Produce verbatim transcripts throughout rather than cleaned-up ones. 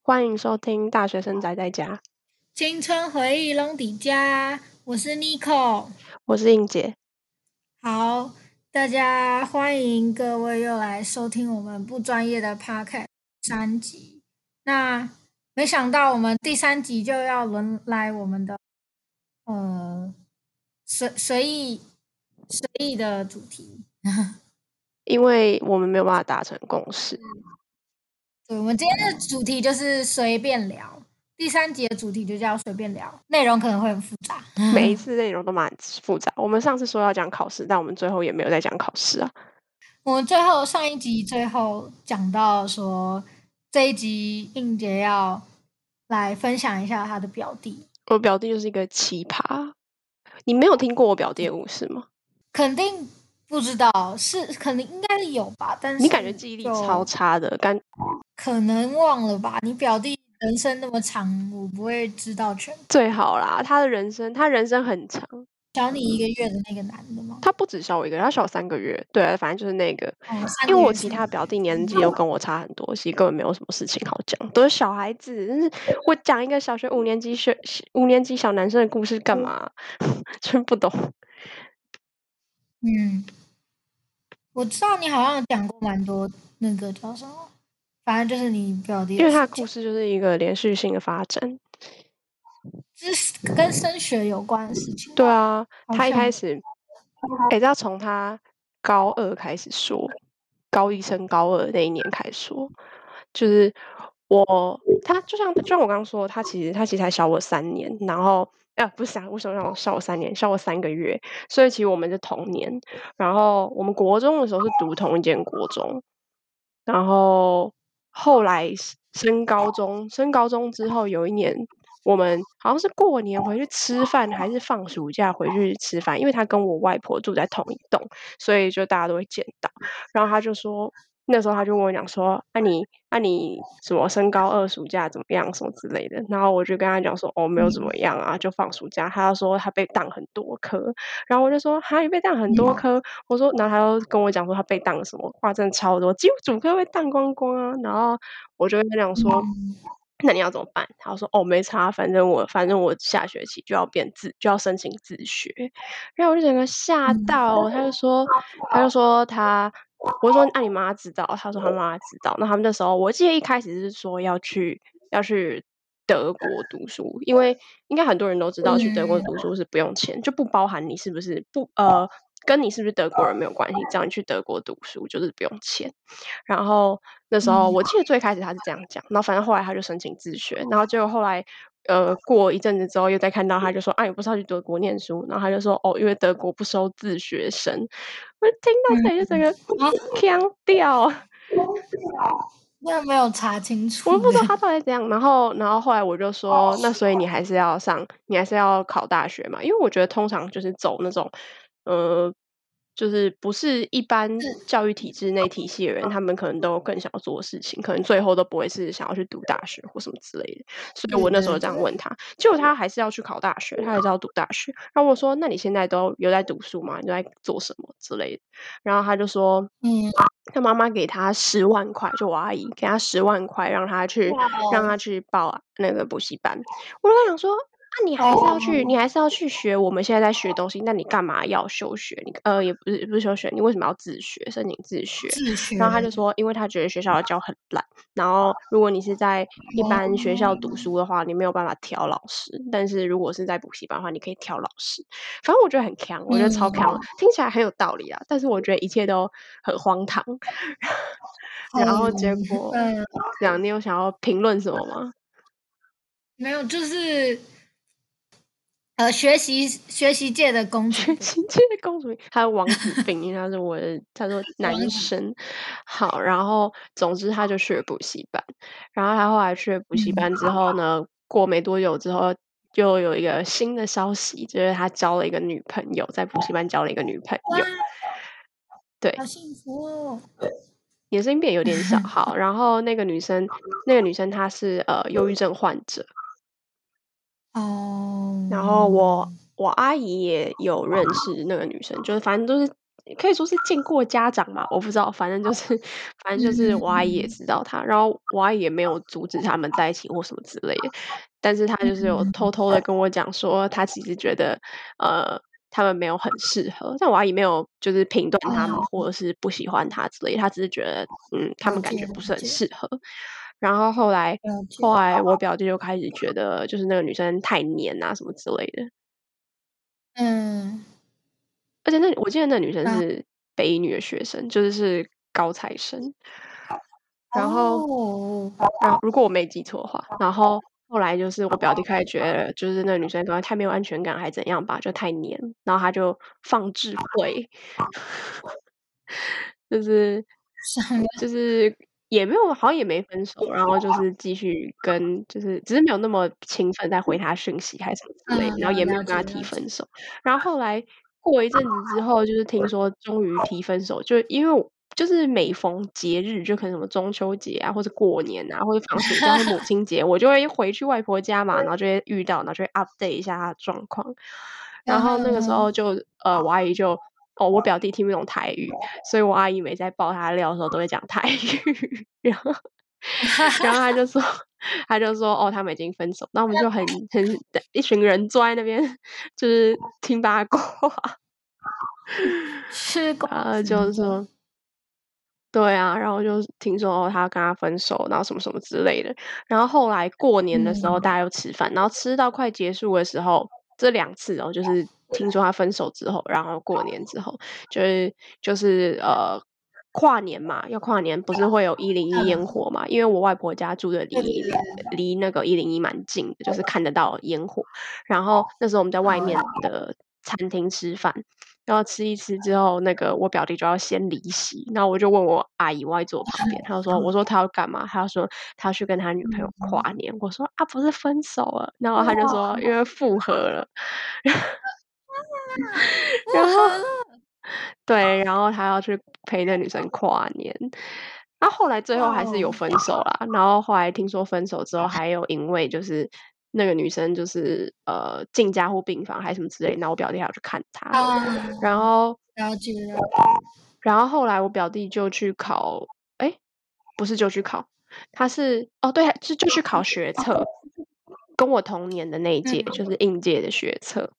欢迎收听《大学生宅在家》， 青春回忆拢底家，我是 Nico， 我是应姐。 好，大家欢迎各位又来收听我们不专业的 Podcast 三集。那没想到我们第三集就要轮来我们的呃随随意随意的主题， 因为我们没有办法达成共识。 对，我们今天的主题就是随便聊。第三集的主题就叫随便聊，内容可能会很复杂。 每一次内容都蛮复杂。我们上次说要讲考试，但我们最后也没有在讲考试啊。 我们最后上一集最后讲到说，这一集应杰要来分享一下他的表弟。 我表弟就是一个奇葩，你没有听过我表弟的故事吗？ 肯定不知道，是肯定应该是有吧，但是你感觉记忆力超差的，感可能忘了吧？你表弟人生那么长，我不会知道全。 最好啦，他的人生，他人生很长。 小你一个月的那个男的吗？ 他不止小我一个，他小三个月。对啊，反正就是那个。 哦， 因为我其他表弟年纪都跟我差很多，其实根本没有什么事情好讲，都是小孩子。但是我讲一个小学五年级学五年级小男生的故事干嘛？真不懂。 嗯，我知道你好像讲过蛮多那个叫什么，反正就是你表弟的， 因为他的故事就是一个连续性的发展， 是跟升学有关的事情。 对啊，他一开始，哎、欸，要从他高二开始说，高一升高二那一年开始说，就是我他就像就像我刚刚说，他其实他其实才小我三年，然后啊不是啊，为什么让我小我三年，小我三个月，所以其实我们是同年，然后我们国中的时候是读同一间国中，然后后来升高中，升高中之后有一年。我们好像是过年回去吃饭，还是放暑假回去吃饭？因为他跟我外婆住在同一栋，所以就大家都会见到。然后他就说，那时候他就跟我讲说：“啊你啊你什么升高二暑假怎么样，什么之类的。”然后我就跟他讲说：“哦，没有怎么样啊，就放暑假。”他就说他被当很多科，然后我就说：“哈，你被当很多科？”我说，然后他又跟我讲说他被当什么，话真的超多，几乎主科被当光光啊。然后我就跟他讲说。那你要怎么办？他说：“哦，没差，反正我反正我下学期就要变自就要申请自学。”然后我就整个吓到，他就说他就说他，我说：“那、啊、你妈知道？”他说他妈知道。那他们那时候，我记得一开始是说要去要去德国读书，因为应该很多人都知道，去德国读书是不用钱，就不包含你是不是不呃。跟你是不是德国人没有关系，只要你去德国读书就是不用钱。然后那时候我记得最开始他是这样讲，然后反正后来他就申请自学，然后结果后来呃过一阵子之后又再看到他就说啊你不是要去德国念书，然后他就说哦因为德国不收自学生，我听到这里就整个呛掉。 那没有查清楚， 我不知道他到底怎样。然后，然后后来我就说，那所以你还是要上，你还是要考大学嘛？因为我觉得通常就是走那种，呃，就是不是一般教育体制内体系的人，他们可能都更想要做的事情，可能最后都不会是想要去读大学或什么之类的。所以我那时候这样问他，结果他还是要去考大学，他还是要读大学。然后我说，那你现在都有在读书吗？你都在做什么之类的？然后他就说，嗯。他妈妈给他十万块，就我阿姨给他十万块，让他去让他去报那个补习班。我就想说，啊，你还是要去，你还是要去学我们现在在学东西，那你干嘛要休学？你呃也不是不是休学，你为什么要自学？申请自学？ 自学。 然后他就说，因为他觉得学校的教很烂，然后如果你是在一般学校读书的话，你没有办法挑老师，但是如果是在补习班的话，你可以挑老师。反正我觉得很强，我觉得超强，听起来很有道理啊，但是我觉得一切都很荒唐。然后结果，这样你有想要评论什么吗？ 没有，就是呃，学习学习界的公主， 学习界的公主，还有王子病，因为他是我的，他说男生。好，然后总之他就去了补习班，然后他后来去了补习班之后呢，过没多久之后。就有一个新的消息，就是他交了一个女朋友，在补习班交了一个女朋友。对， 好幸福哦！ 你的声音变有点小，好，然后那个女生，那个女生她是呃忧郁症患者。 哦。 然后我我阿姨也有认识那个女生，就是反正都是可以说是见过家长嘛，我不知道，反正就是反正就是我阿姨也知道他，然后我阿姨也没有阻止他们在一起或什么之类的，但是他就是有偷偷的跟我讲说，他其实觉得呃他们没有很适合，但我阿姨没有就是评断他们嗯， 或者是不喜欢他之类的，她只是觉得嗯他们感了解觉不是很了解适合。然后后来了解， 后来我表弟就开始觉得就是那个女生太黏啊什么之类的， 嗯， 而且那我记得那女生然是北一女的学生，就是是高材生。然后哦， 然后如果我没记错的话，然后后来就是我表弟开始觉得，就是那个女生可能太没有安全感还怎样吧，就太黏，然后他就放置会，就是伤了， 就是也没有好像也没分手，然后就是继续跟就是只是没有那么勤奋在回他讯息还是什么之类嗯， 的，然后也没有了跟他解了解， 提分手。然后后来过一阵子之后，就是听说终于提分手，就因为我就是每逢节日，就可能什么中秋节啊，或者过年啊，或者放暑假或母亲节，我就会回去外婆家嘛，然后就会遇到，然后就会 update 一下他的状况。然嗯后那个时候哼就呃，我阿姨就哦，我表弟听不懂台语，所以我阿姨每次在爆他料的时候都会讲台语，然后然后他就说他就说哦，他们已经分手，那我们就很很一群人坐在那边就是听八卦， 吃瓜然后群众， 就说对啊，然后就听说哦，他跟他分手，然后什么什么之类的。然后后来过年的时候，大嗯， 家又吃饭，然后吃到快结束的时候，这两次哦，就是听说他分手之后，然后过年之后，就是就是呃跨年嘛，要跨年不是会有一零一烟嗯， 火嘛？因为我外婆家住的对对离对， 离那个一零一蛮近的，就是看得到烟火。然后那时候我们在外面好， 的餐厅吃饭，然后吃一吃之后，那个我表弟就要先离席，然后我就问我阿姨，我阿姨坐我旁边，他就说，我说他要干嘛？他就说他要去跟他女朋友跨嗯， 年。我说啊，不是分手了？然后他就说哇， 因为复合了， 不然后合了， 对，然后他要去陪那女生跨年。那后来最后还是哇哦， 有分手啦，然后后来听说分手之后，还有因为就是那个女生就是呃进加护病房还是什么之类，然后我表弟还要去看她， 啊， 然后了解了， 然后后来我表弟就去考，诶，不是就去考，他是哦对，是就去考学测，跟我同年的那一届，就嗯， 是应届的学测。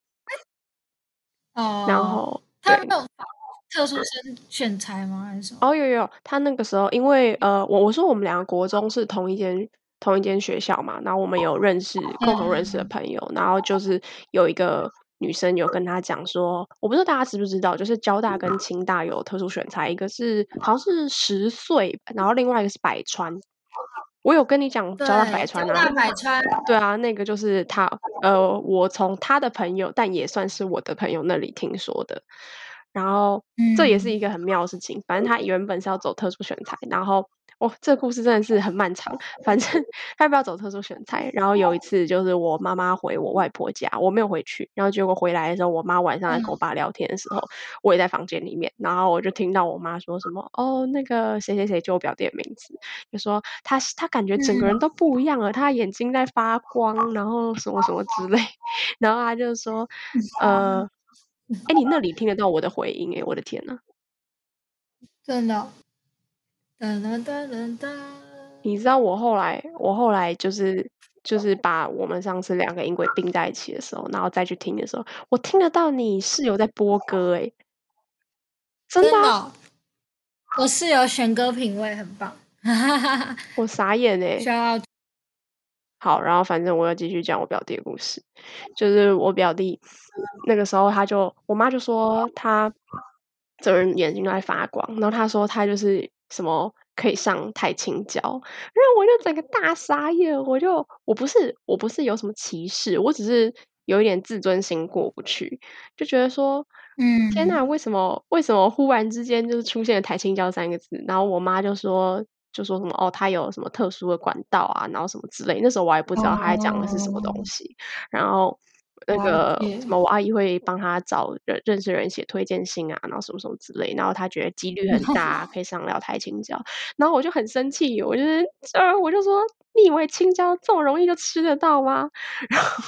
然哦， 后对， 他没有特殊生选材吗？还是什么？ 哦，有有有，他那个时候因为呃，我我说我们两个国中是同一间同一间学校嘛，然后我们有认识共同认识的嗯， 朋友，然后就是有一个女生有跟他讲说，我不知道大家知不知道，就是交大跟清大有特殊选材，一个是好像是十岁，然后另外一个是百川。我有跟你讲交大百对，交川啊， 大百川， 对啊，那个就是他，呃，我从他的朋友，但也算是我的朋友那里听说的。然后这也是嗯， 一个很妙的事情，反正他原本是要走特殊选材，然后哦，这个故事真的是很漫长。反正他要不要走特殊选材，然后有一次就是我妈妈回我外婆家，我没有回去，然后结果回来的时候，我妈晚上在跟我嗯， 爸聊天的时候，我也在房间里面，然后我就听到我妈说什么哦，那个谁谁谁，就我表弟的名字，就说他他感觉整个人嗯， 都不一样了，他眼睛在发光，然后什么什么之类，然后他就说，呃，哎，你那里听得到我的回音诶，我的天呐！ 真的哦，噔噔噔噔噔， 你知道我后来我后来就是就是把我们上次两个音轨并在一起的时候，然后再去听的时候，我听得到你室友在播歌诶，真的啊， 真的哦，我室友选歌品味很棒，哈哈哈哈， 我傻眼诶。 需要好，然后反正我要继续讲我表弟的故事。就是我表弟那个时候，他就我妈就说他整个人眼睛都在发光，然后他说他就是什么可以上台青教，然后我就整个大傻眼，我就我不是我不是有什么歧视，我只是有一点自尊心过不去，就觉得说。天呐， 嗯， 为什么为什么忽然之间就是出现了台青教三个字？然后我妈就说就说什么哦，他有什么特殊的管道啊，然后什么之类。那时候我还不知道他在讲的是什么东哦， 西。然后那了个解， 什么，我阿姨会帮他找认认识人写推荐信啊，然后什么什么之类。然后他觉得几率很大，可以上了台青教。然后我就很生气，我就是呃，我就说你以为青椒这么容易就吃得到吗？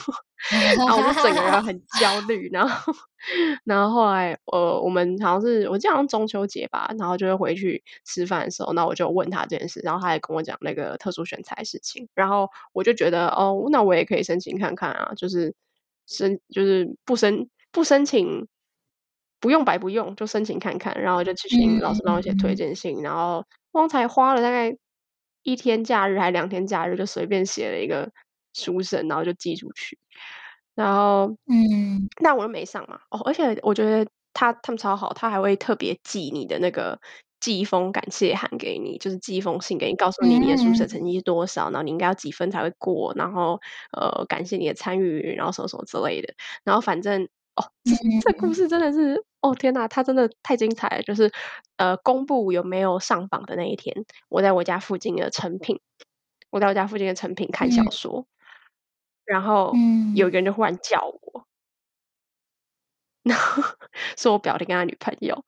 然后我就整个人很焦虑，然后然后后来呃，我们好像是我记得好像中秋节吧，然后就回去吃饭的时候，那我就问他这件事，然后他也跟我讲那个特殊选材的事情，然后我就觉得哦，那我也可以申请看看啊，就是申就是不申不申请不用白不用，就申请看看，然后就去请老师帮我写推嗯， 荐信，然后光才花了大概一天假日还两天假日，就随便写了一个书审，然后就寄出去。然后嗯， 那我又没上嘛，哦，而且我觉得他他们超好，他还会特别寄你的那个寄一封感谢函给你，就是寄一封信给你，告诉你你的书审嗯， 成绩是多少，然后你应该要几分才会过，然后呃感谢你的参与，然后什么什么之类的。然后反正哦，这这故嗯， 事真的是哦天哪，它真的太精彩了！就是呃公布有没有上榜的那一天，我在我家附近的成品，我在我家附近的成品看小嗯， 说，然后有一嗯， 个人就忽然叫我，然后是我表弟跟他女朋友，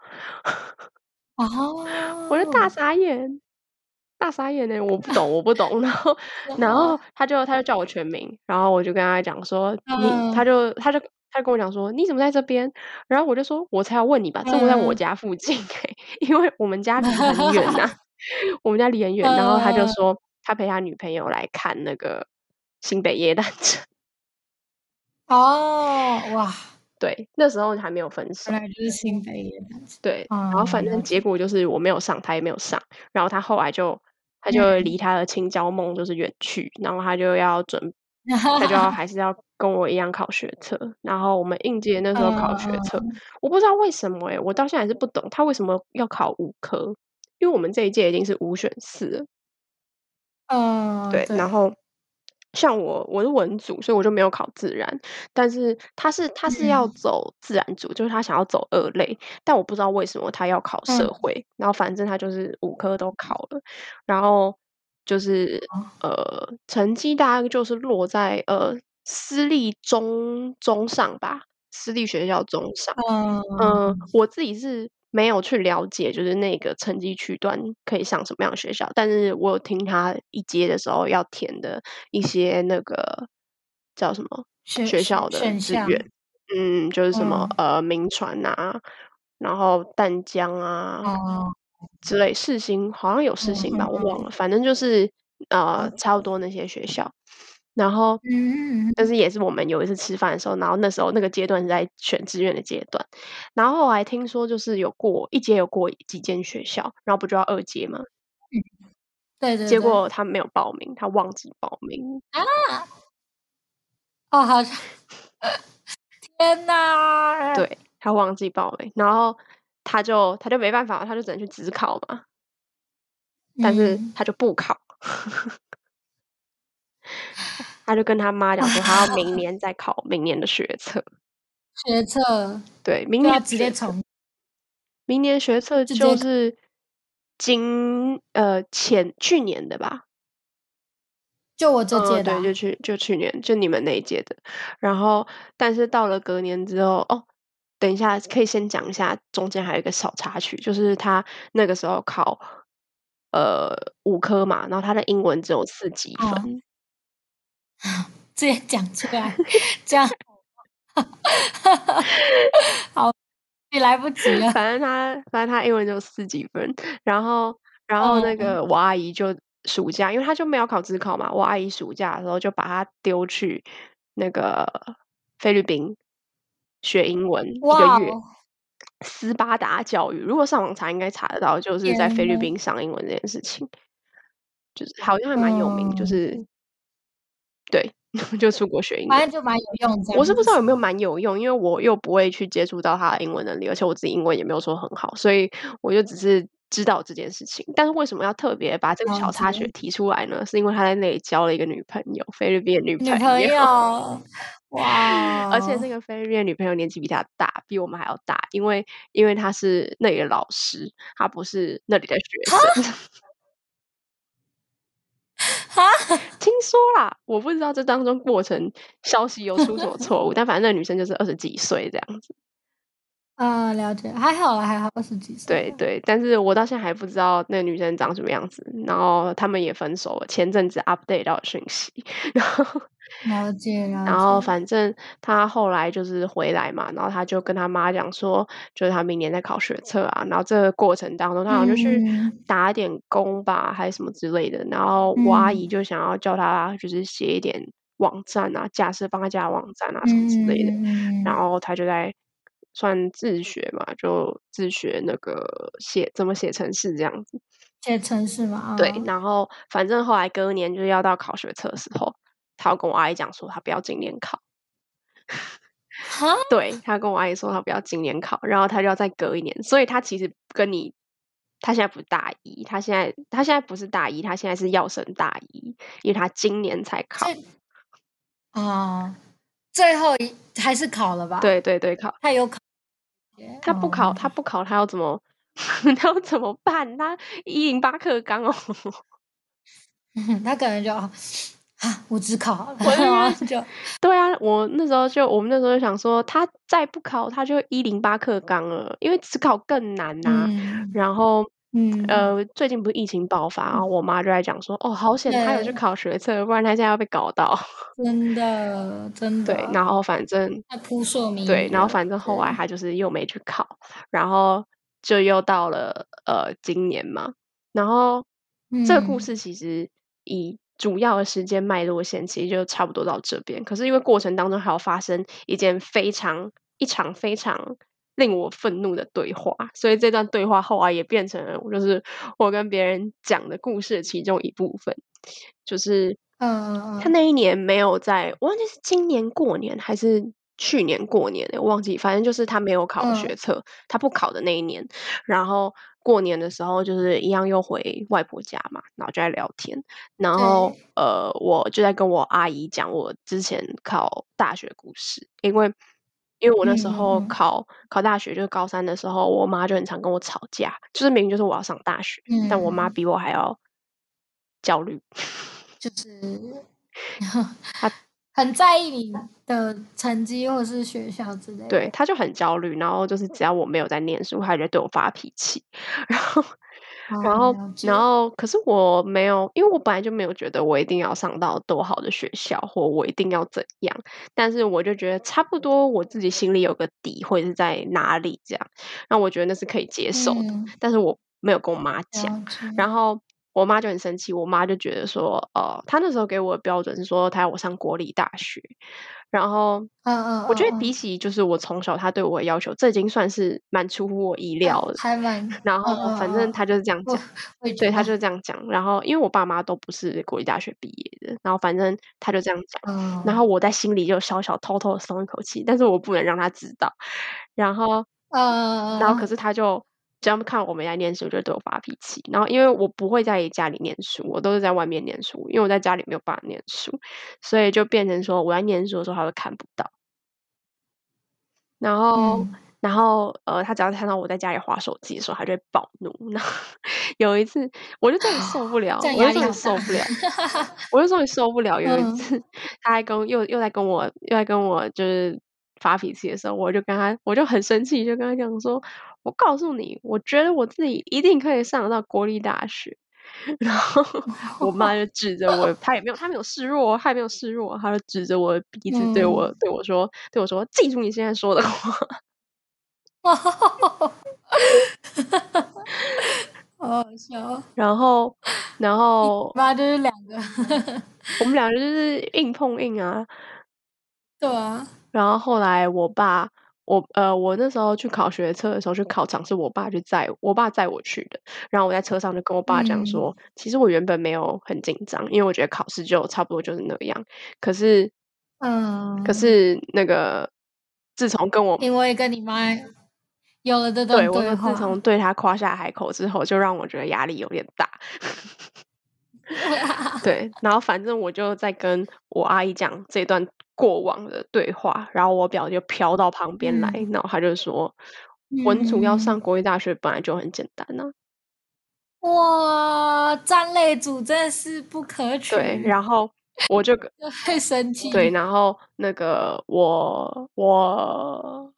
我就大哦， 傻眼，大傻眼欸，我不懂我不懂。然后然后什么？ 他就他就叫我全名，然后我就跟他讲说：“你”他嗯， 就他就他就跟我讲说：“你怎么在这边？”然后我就说：“我才要问你吧，这我在我嗯， 家附近欸，因为我们家离很远呐，我们家离很远。”然后他就嗯， 说他陪他女朋友来看那个新北耶诞城。 哦，哇， 对，那时候还没有分手。 原来就是新北耶诞城， 对，然后嗯， 反正了解。 结果就是我没有上，他也没有上，然后他后来就他就离他的青椒梦就是远去，然后他就要准他就要还是要跟我一样考学测，然后我们应届那时候考学测， 嗯我不知道为什么诶，我到现在还是不懂他为什么要考五科，因为我们这一届已经是五选四了。 嗯，嗯， 对，然对， 后像我我是文组，所以我就没有考自然，但是他是他是要嗯， 走自然组，就是他想要走二类，但我不知道为什么他要考社嗯， 会，然后反正他就是五科都考了，然后就是呃成绩大概就是落在呃私立中中上吧，私立学校中上。嗯， 嗯， 我自己是没有去了解，就是那个成绩区段可以上什么样的学校，但是我有听他一阶的时候要填的一些那个叫什么选选学校的选项， 志愿，嗯，就是什么嗯， 呃民传啊，然后淡江啊哦， 之类，世新好像有世嗯新吧，我忘嗯， 了，反正就是呃了解， 差不多那些学校。然后， 嗯嗯但是也是我们有一次吃饭的时候，然后那时候那个阶段是在选志愿的阶段，然后后来听说就是有过一阶有过几间学校，然后不就要二阶吗？ 嗯，对对结对， 果他没有报名，他忘记报名， 啊，哦，好像天哪， 对，他忘记报名，然后他就他就没办法，他就只能去职考嘛，但是嗯， 他就不考，他就跟他妈讲说他要明啊， 年再考明年的学测， 学测对，明年就要的学测。 直接从明年学测直接就是今呃，前去年的吧。 就我这嗯，对，就届的啊， 去就去年，就你们那一届的。然后但是到了隔年之后哦，等一下可以先讲一下，中间还有一个小插曲，就是他那个时候考，呃五科嘛，然后他的英文只有四级嗯， 分。 直接讲出来，这样好，也来不及了， 反正他反正他英文就四几分，然后然后那嗯， 个我阿姨就暑假，因为他就没有考自考嘛，我阿姨暑假的时候就把他丢去那个菲律宾学英文一个月， 哇哦， 斯巴达教育，如果上网查应该查得到，就是在菲律天呐， 宾上英文这件事情，就是好像还蛮有名，就嗯， 是对，就出国学英文。 反正就蛮有用这我是样子是吗？ 不知道有没有蛮有用，因为我又不会去接触到他的英文能力，而且我自己英文也没有说很好，所以我就只是知道这件事情。但是为什么要特别把这个了解， 小插曲提出来呢？是因为他在那里交了一个女朋友，菲律宾的女朋女朋友， 友， 而且哇， 那个菲律宾的女朋友年纪比他大，比我们还要大，因为因为他是那里的老师，他不是那里的学生。 哈哈， 听说啦，我不知道这当中过程消息有出什么错误，但反正那个女生就是二十几岁这样子。 嗯，了解，还好啦，还好二十几岁了， 对对，但是我到现在还不知道那个女生长什么样子，然后他们也分手了，前阵子 update 到的讯息，然后了解了然后解， 反正他后来就是回来嘛，然后他就跟他妈讲说，就是他明年在考学测啊，然后这个过程当中，他好像就去嗯打点工吧，还是什么之类的。然后我阿姨嗯就想要叫他就是写一点网站啊，架设帮他架网站啊什么之类的。 嗯嗯， 然后他就在算自学嘛，就自学那个写怎么写程式这样子。 写程式嘛， 对， 啊， 然后反正后来隔年就是要到考学测的时候，他有跟我阿姨讲说他不要今年考。 哈， 对，他跟我阿姨说他不要今年考，然后他就要再隔一年，所以他其实跟你他现在不是大一，他现在他现在不是大一，他现在是要升大一，因为他今年才考。 这啊，最后一还是考了吧？ 对对对，考他有考耶， 他不考哦， 他不考他要怎么他要怎么办？他一零八课纲哦。 他可能就啊，我只考好了， 我就觉得然后就对啊，我那时候就我们那时候就想说，他再不考他就一零八课纲了，因为只考更难呐、 嗯然后， 嗯， 呃，最近不是疫情爆发，然后我妈就在讲说，哦，好险他有去对， 考学测，不然他现在要被搞到。 真的真对， 的， 然后反正太扑朔迷对，然后离了， 反正后来对， 他就是又没去考，然后就又到了呃今年嘛，然后这个故嗯事其实以主要的时间脉络线，其实就差不多到这边。可是因为过程当中还有发生一件非常一场非常令我愤怒的对话，所以这段对话后来也变成了就是我跟别人讲的故事的其中一部分。就是嗯嗯嗯他那一年没有在我忘记是今年过年还是去年过年了，我忘记，反正就是他没有考嗯， 学测，他不考的那一年。然后过年的时候就是一样又回外婆家嘛，然后就在聊天。然后， 对， 呃，我就在跟我阿姨讲我之前考大学故事，因为因为我嗯那时候嗯嗯考考大学，就是高三的时候，我妈就很常跟我吵架，就是明明就是我要上大学，但我妈嗯， 比我还要焦虑。 就是她很在意你的成绩或是学校之类对， 的。 她就很焦虑，然后就是只要我没有在念书，她就会对我发脾气。然后然哦， 后了解。 然后可是我没有因为我本来就没有觉得我一定要上到多好的学校，或我一定要怎样，但是我就觉得差不多我自己心里有个底，会是在哪里这样，那我觉得那是可以接受的， 嗯， 但是我没有跟我妈讲。 了解。 然后我妈就很生气，我妈就觉得说，呃，她那时候给我的标准是说她要我上国立大学，然后嗯嗯我觉得比嗯嗯， 起就是我从小她对我的要求，这已经算是蛮出乎我意料还了。 还蛮然后嗯嗯反正嗯， 她就是这样我讲，对， 我也觉得， 她就是这样讲。然后因为我爸妈都不是国立大学毕业的，然后反正她就这样讲，然后嗯我在心里就小小偷偷的松一口气，但是我不能让她知道。然后嗯嗯嗯然后可是他就只要看我没来念书，就对我发脾气。然后因为我不会在家里念书，我都是在外面念书，因为我在家里没有办法念书，所以就变成说我在念书的时候他会看不到。然后嗯， 然后，呃，他只要看到我在家里滑手机的时候，他就会暴怒。然后有一次我就真的受不了， 这样我就终于压力好大。 受不了，我就终于受不了。有一嗯， 次他还跟又又在跟我又在跟我就是发脾气的时候，我就跟他我就很生气，就跟他讲说：“我告诉你，我觉得我自己一定可以上得到国立大学。”然后我妈就指着我，她也没有她没有示弱哦，她也没有示弱，她就指着我的鼻子对我嗯， 对我说对我说：“记住你现在说的话。” 好好笑哦。 然后然你后妈就是两个， 我们两个就是硬碰硬啊。 对啊， 然后后来我爸我呃，我那时候去考学测的时候，去考场是我爸去载我爸载我去的。然后我在车上就跟我爸讲嗯说，其实我原本没有很紧张，因为我觉得考试就差不多就是那样。可是可嗯， 是那个自从跟我因为跟你妈有了这段对，我说自对话， 从对他夸下海口之后，就让我觉得压力有点大。对，然后反正我就在跟我阿姨讲这段过往的对话，然后我表就飘到旁边来， 嗯然后他就说，文组要上嗯， 国立大学本来就很简单呐、 哇，战类组真的是不可对， 取， 然后我就跟会生对， 气。 然后那个我我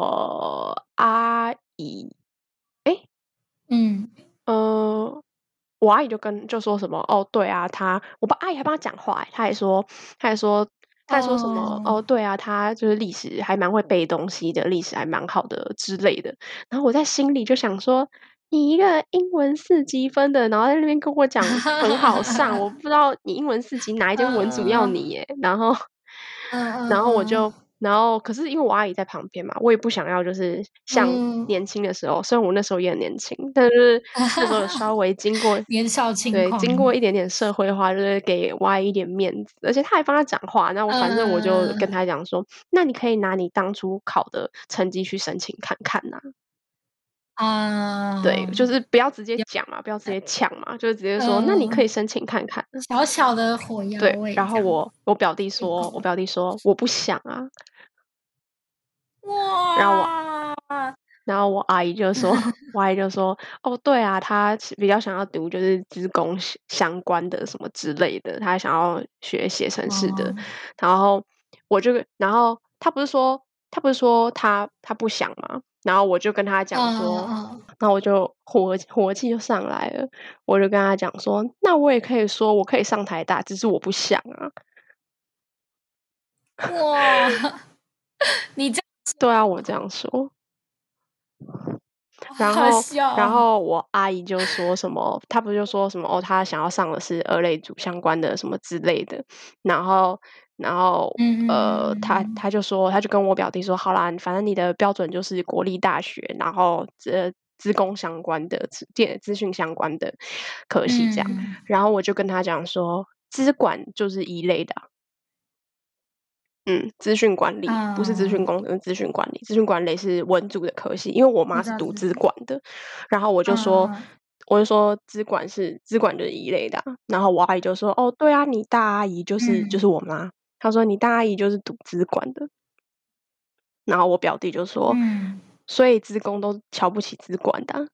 我阿姨，诶， 嗯呃我阿姨就跟就说什么哦，对啊，他我爸阿姨还帮他讲话、欸，他还说他还说他还说什么哦哦，对啊，他就是历史还蛮会背东西的，历史还蛮好的之类的。然后我在心里就想说，你一个英文四级分的，然后在那边跟我讲很好上，我不知道你英文四级哪一间文组要你耶。然后嗯嗯然后我嗯就然后可是因为我阿姨在旁边嘛，我也不想要就是像嗯， 年轻的时候，虽然我那时候也很年轻，但是那时候有稍微经过年少轻对，经过狂， 一点点社会化，就是给我阿姨一点面子，而且他还帮他讲话，那我反正我就跟嗯他讲说，那你可以拿你当初考的成绩去申请看看呐、对，就啊， 是不要直接讲嘛，不要直接抢嘛，就是直接说，那你可以嗯， 申请看看。 小小的火药对，然后味这样我我表弟说，我就够了。 表弟说我不想啊，然后我哇， 然后我阿姨就说，我阿姨就说，哦，对啊，她是比较想要读就是资工相相关的什么之类的，她想要学写程式的。 哦， 然后我就然后她不是说她不是说她她不想嘛，然后我就跟她嗯讲说， 嗯嗯， 然后我就火火气就上来了，我就跟她讲说，那我也可以说我可以上台大，只是我不想啊。 哇，你这对啊，我这样说。 好好然后然笑哦。 后我阿姨就说什么，她不就说什么哦，她想要上的是二类组相关的什么之类的。然后然后嗯嗯呃，她嗯她就说，她就跟我表弟说，好啦，反正你的标准就是国立大学，然后这资工相关的、资电资讯相关的科系这样。 嗯， 然后我就跟她讲说，资管就是一类的啊嗯，资讯管理，不是资讯啊， 工程，是资讯管理。资讯管理是文组的科系，因为我我知妈是读道知道， 资管的，然后我就说， 嗯我就说资管是资管就是一类的啊，然后我阿姨就说，哦，对啊，你大阿姨就是就是嗯我妈，她说你大阿姨就是读资管的，然后我表弟就说， 嗯所以资工都瞧不起资管的啊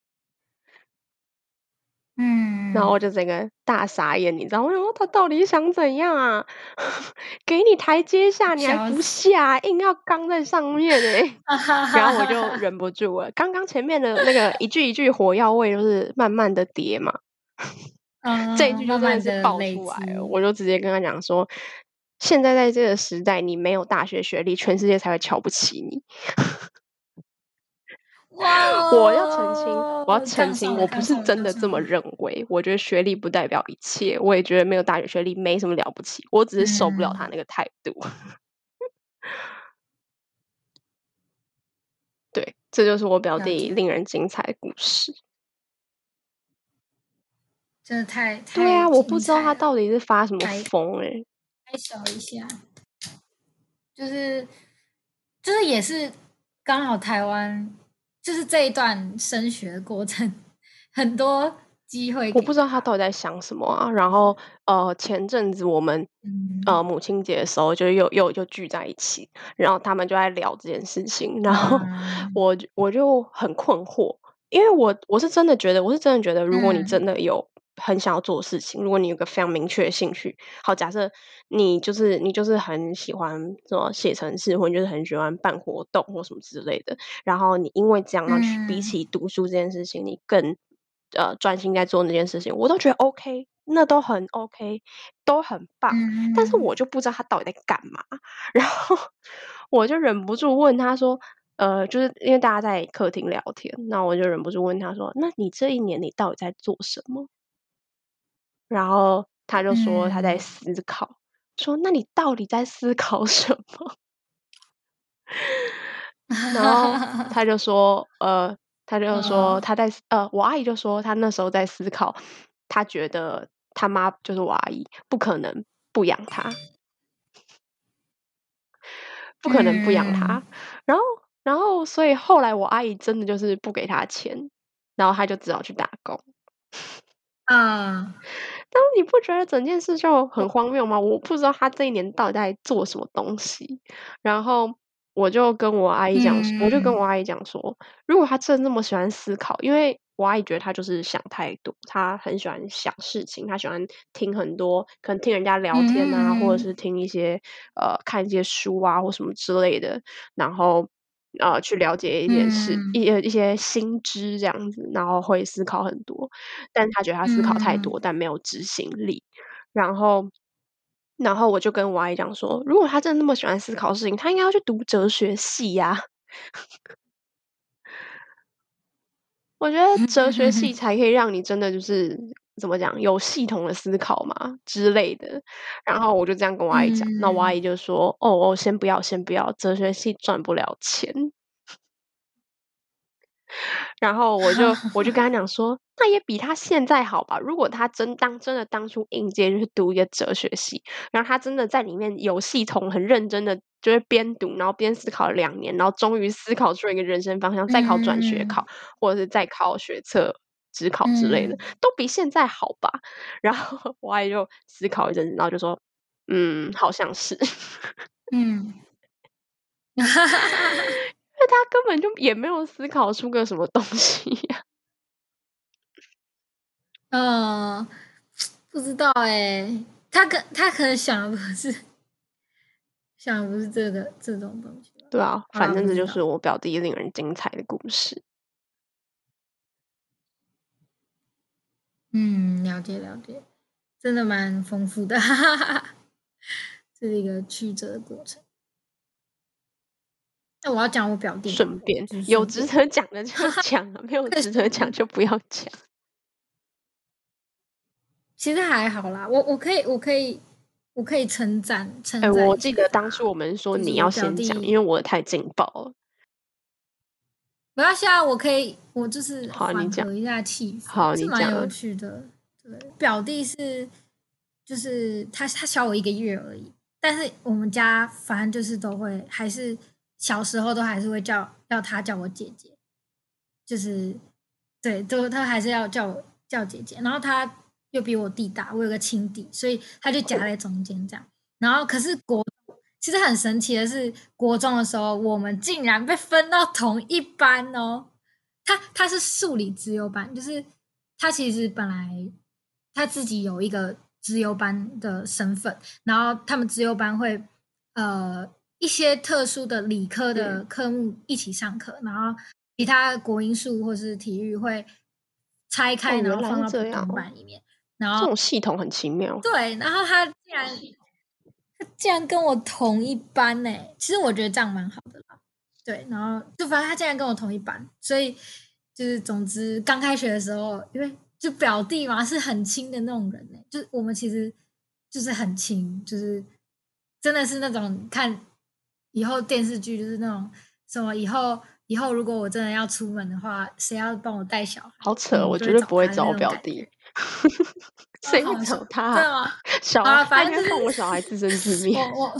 然后嗯， 我就整个大傻眼，你知道吗？我想说他到底想怎样啊？给你台阶下，你还不笑死， 下，硬要刚在上面哎、 哈哈然后哈哈哈， 我就忍不住了，刚刚前面的那个一句一句火药味，就是慢慢的叠嘛，这一嗯， 句就真的慢慢是爆的累出来了， 积， 我就直接跟他讲说，现在在这个时代，你没有大学学历，全世界才会瞧不起你。 哇我要澄清，我要哦， 澄清， 杠上了， 我不是杠上了， 真的这么杠上了， 认为。我觉得学历不代表一切，我也觉得没有大学学历没什么了不起，我只是受不了他嗯， 那个态度。对，这就是我表了解， 弟令人精彩的故事。 真的太对啊，我不太精知道他彩了， 到底是发什么拍疯诶、 拍手一下，就是就是也是刚好台湾就是这一段升学的过程，很多机会我不知道他给他， 到底在想什么啊。然后呃，前阵子我们呃嗯母亲节的时候，就又又就聚在一起，然后他们就在聊这件事情，然后嗯我就我就很困惑，因为我我是真的觉得，我是真的觉得，如果你嗯真的有很想要做的事情，如果你有个非常明确的兴趣，好，假设你就是你就是很喜欢什么写程式，或者你就是很喜欢办活动或什么之类的，然后你因为这样，然后去比嗯起读书这件事情，你更呃专心在做那件事情，我都觉得 OK，那都很 OK，都很棒。但是嗯我就不知道他到底在干嘛，然后我就忍不住问他说。呃，就是因为大家在客厅聊天，那我就忍不住问他说：“那你这一年你到底在做什么？”然后他就说他在嗯， 思考，说：“那你到底在思考什么？”然后他就说，呃，他就说嗯他在思呃，我阿姨就说她那时候在思考，她觉得他妈就是我阿姨不可能不养他，不可能不养嗯他。然后然后所以后来我阿姨真的就是不给他钱，然后他就只好去打工。 啊， 但是你不觉得整件事就很荒谬吗？我不知道他这一年到底在做什么东西。然后我就跟我阿姨讲，我就跟我嗯阿姨讲说，如果他真的那么喜欢思考，因为我阿姨觉得他就是想太多，他很喜欢想事情，他喜欢听很多，可能听人家聊天啊，或者嗯是听一些呃看一些书啊或什么之类的。然后呃，去了解一点事嗯一呃一些新知这样子，然后会思考很多。但是他觉得他思考太嗯多，但没有执行力。然后然后我就跟我阿姨讲说，如果他真的那么喜欢思考事情，他应该要去读哲学系呀。我觉得哲学系才可以让你真的就是怎么讲，有系统的思考嘛之类的。然后我就这样跟我阿姨讲，那我阿嗯， 姨就说：“哦哦，先不要，先不要，哲学系赚不了钱。”然后我就我就跟他讲说，那也比他现在好吧。如果他真当真的当初应届就是读一个哲学系，然后他真的在里面有系统、很认真的，就是边读，然后边思考了两年，然后终于思考出了一个人生方向，再考转学嗯考，或者是再考学测、职考之类的， 嗯都比现在好吧。然后我阿姨就思考一阵子，然后就说：“嗯，好像是。” 嗯， 因为他根本就也没有思考出个什么东西呀。 呃，不知道哎，他可他可能想的不是想的不是这个这种东西吧？ 对啊， 好啦， 反正这就是不知道。 我表弟令人精彩的故事。 嗯，了解了解，真的蛮丰富的，哈哈哈。这是一个曲折的过程。那我要讲我表弟嘛， 顺便就是有顺便。 值得讲的就讲啊，没有值得讲就不要讲。 其实还好啦，我我可以我可以我可以称赞哎， 称赞一下我记得当初他， 我们说你要就是我表先讲，因为弟。 我的太劲爆了。 没关系啊，我可以，我就是好，你讲。 缓和一下气氛， 好， 是蛮有你讲啊。 趣的。对，表弟是，就是他他小我一个月而已，但是我们家反正就是都会，还是小时候都还是会叫叫他叫我姐姐，就是对，都他还是要叫我叫姐姐，然后他又比我弟大，我有个亲弟，所以他就夹在中间这样。然后可是国其实很神奇的是，国中的时候我们竟然被分到同一班哦。他他是数理资优班，就是他其实本来他自己有一个资优班的身份，然后他们资优班会呃一些特殊的理科的嗯。 科目一起上课，然后其他国英数或是体育会拆哦， 开，然后原来是放到不同这样哦， 班里面。然这后种系统很奇妙。 对，然后他竟然他竟然跟我同一班呢、其实我觉得这样蛮好的啦。对，然后就反正他竟然跟我同一班，所以就是总之刚开学的时候，因为就表弟嘛是很亲的那种人呢、就我们其实就是很亲，就是真的是那种看以后电视剧就是那种什么以后以后如果我真的要出门的话，谁要帮我带小孩， 好扯， 嗯，我我就会绝对不会找找他的那我表弟。 种感觉。 谁会好好笑， 找他啊？ 真的吗？ 小好啊， 他应该反正就是放我小孩自生自灭。 我我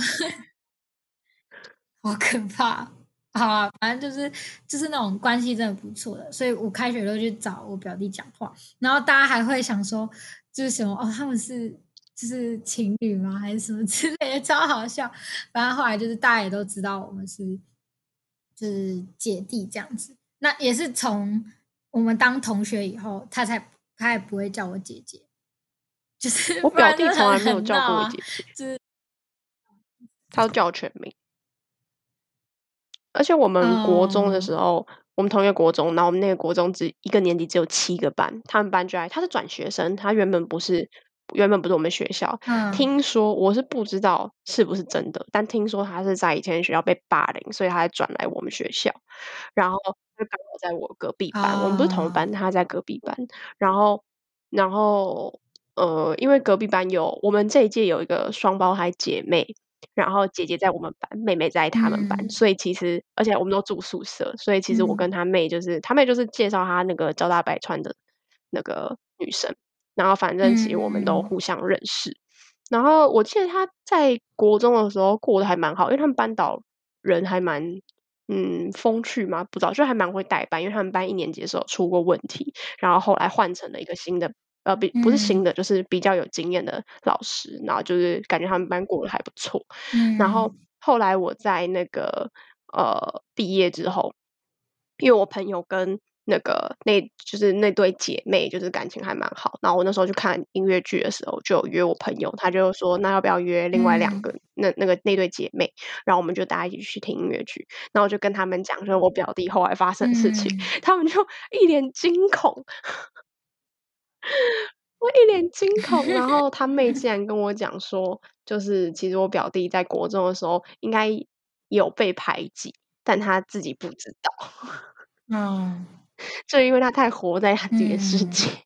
好可怕。好啊，反正就是就是那种关系真的不错的，所以我开学都去找我表弟讲话，然后大家还会想说，就是什么哦，他们是就是情侣吗，还是什么之类的，超好笑。反正后来就是大家也都知道我们是就是姐弟这样子，那也是从我们当同学以后，他才他也不会叫我姐姐，就是我不然就表弟从来很没有叫过我很闹啊。 姐姐，他都叫我全名。而且我们国中的嗯时候，我们同一个国中，然后我们那个国中只一个年级只有七个班，他们班就来他是转学生，他原本不是原本不是我们学校。 嗯听说我是不知道是不是真的，但听说他是在以前学校被霸凌，所以他才转来我们学校。然后就刚好在我隔壁班，我们不是同啊班，他在隔壁班。然后然后呃，因为隔壁班有我们这一届有一个双胞胎姐妹，然后姐姐在我们班，妹妹在他们班， 嗯所以其实而且我们都住宿舍，所以其实我嗯跟她妹就是她妹就是介绍她那个交大百川的那个女生，然后反正其实我们都嗯互相认识。然后我记得她在国中的时候过得还蛮好，因为他们班导人还蛮嗯风趣嘛，不知道就还蛮会带班，因为他们班一年级的时候出过问题，然后后来换成了一个新的呃，不不是新嗯的，就是比较有经验的老师，然后就是感觉他们班过得还不错。然后嗯后来我在那个呃毕业之后，因为我朋友跟那个那就是那对姐妹就是感情还蛮好，然后我那时候去看音乐剧的时候，就有约我朋友，他就说那要不要约另外两个、 嗯那那个那对姐妹，然后我们就大家一起去听音乐剧，然后我就跟他们讲，就是我表弟后来发生的事情， 嗯， 他们就一脸惊恐。我一脸惊恐，然后他妹竟然跟我讲说，就是其实我表弟在国中的时候应该有被排挤，但他自己不知道， 嗯就因为他太活在他自己的世嗯， 界。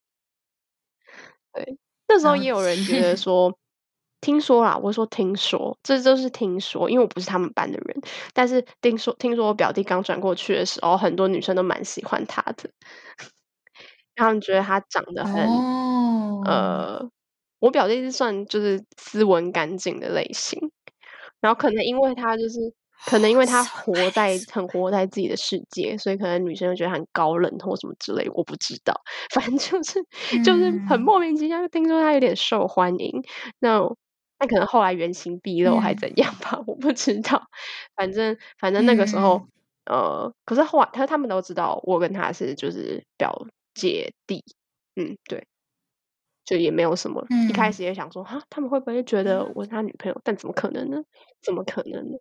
对，那时候了也有人觉得解， 说，听说啦，我说听说，这都是听说，因为我不是他们班的人，但是听说听说我表弟刚转过去的时候，很多女生都蛮喜欢他的。他们觉得他长得很哦， 呃，我表弟是算就是斯文干净的类型，然后可能因为他就是可能因为他什么活在很活在自己的世界，所以可能女生就觉得他很高冷或什么之类，我不知道。反正就是就是很嗯莫名其妙，就听说他有点受欢迎，那那可能后来原形毕露还嗯怎样吧，我不知道。反正反正那个时候， 嗯呃，可是后来他他们都知道我跟他是就是表姐弟，嗯，对，就也没有什么。一开嗯， 始也想说，哈，他们会不会觉得我是他女朋友？但怎么可能呢？怎么可能呢？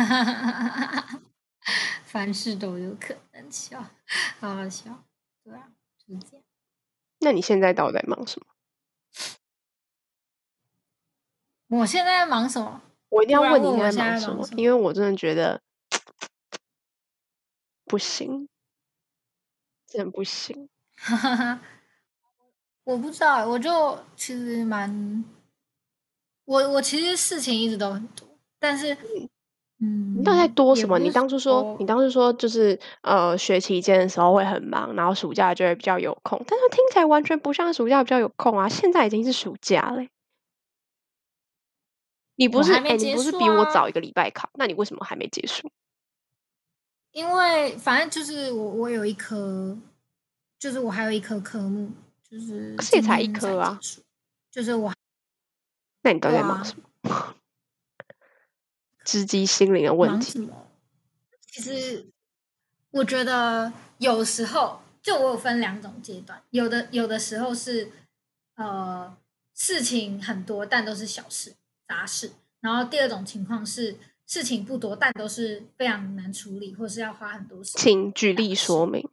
凡事都有可能，笑，好好笑，对啊，就是这样。 那你现在到底在忙什么？ 我现在在忙什么？ 我一定要突然问你现在问我现在忙什么， 在忙什么？ 因为我真的觉得不行，真的不行。 我不知道欸，我就其实蛮，我我其实事情一直都很多，但是嗯，你到底在嗯， 多什么？你也不是当初说，你说当初说就是呃，学期间的时候会很忙，然后暑假就会比较有空，但是听起来完全不像暑假比较有空啊！现在已经是暑假嘞，你不是哎、 我还没结你不是束啊， 比我早一个礼拜考，那你为什么还没结束？ 因为反正就是我我有一科，就是我还有一科科目，就是可是也才一今天才科啊， 结束，就是我那你到底对啊， 在忙什么？直击心灵的问题。 忙什么？其实我觉得有时候就我有分两种阶段，有的有的时候是呃事情很多，但都是小事杂事，然后第二种情况是事情不多，但都是非常难处理，或是要花很多时间请举例大事。 说明。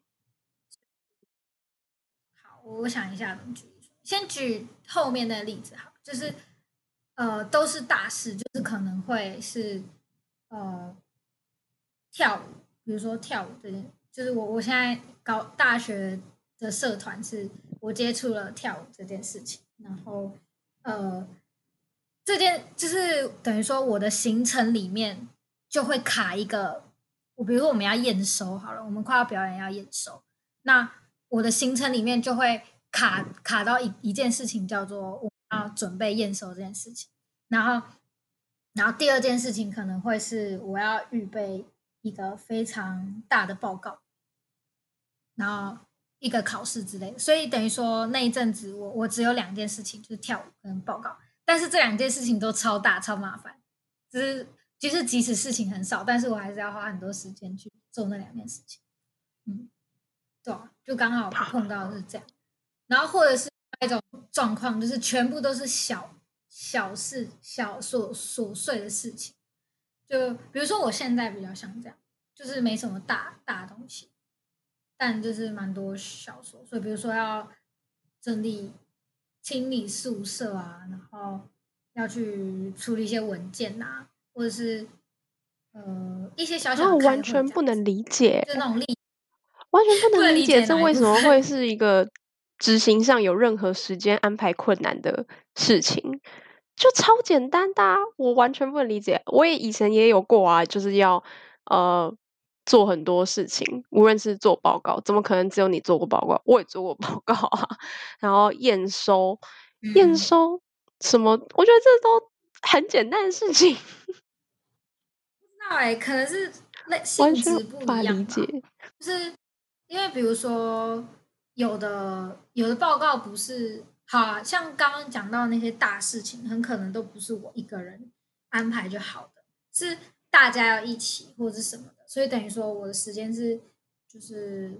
好，我想一下怎么举例说。先举后面的例子好，就是呃都是大事，就是可能会是呃跳舞，比如说跳舞这件，就是我我现在搞大学的社团是我接触了跳舞这件事情，然后呃这件就是等于说我的行程里面就会卡一个，我比如说我们要验收好了，我们快要表演要验收，那我的行程里面就会卡卡到一一件事情，叫做我要准备验收这件事情。然后，然后第二件事情可能会是我要预备一个非常大的报告，然后一个考试之类的。所以等于说那一阵子我我只有两件事情，就是跳舞跟报告。但是这两件事情都超大超麻烦，就是就是即使事情很少，但是我还是要花很多时间去做那两件事情。嗯，对啊，就刚好碰到的是这样。然后或者是那种状况，就是全部都是小小事、小琐琐碎的事情。就比如说我现在比较像这样，就是没什么大大东西，但就是蛮多小琐碎，比如说要整理、清理宿舍啊，然后要去处理一些文件啊，或者是呃一些小然后我完小的开会这样子， 全不能理解， 就那种例完全不不能理能理解这解哪一部分。 为什么会是一个执行上有任何时间安排困难的事情，就超简单的啊，我完全不能理解。我也以前也有过啊，就是要呃做很多事情，无论是做报告，怎么可能只有你做过报告？我也做过报告啊，然后验收，验嗯， 收什么？我觉得这都很简单的事情， 那哎，可能是类完全无性质不一法理样吧。 解。 就是因为比如说有的有的报告不是，好啊像刚刚讲到那些大事情，很可能都不是我一个人安排就好的，是大家要一起或者是什么的，所以等于说我的时间是就是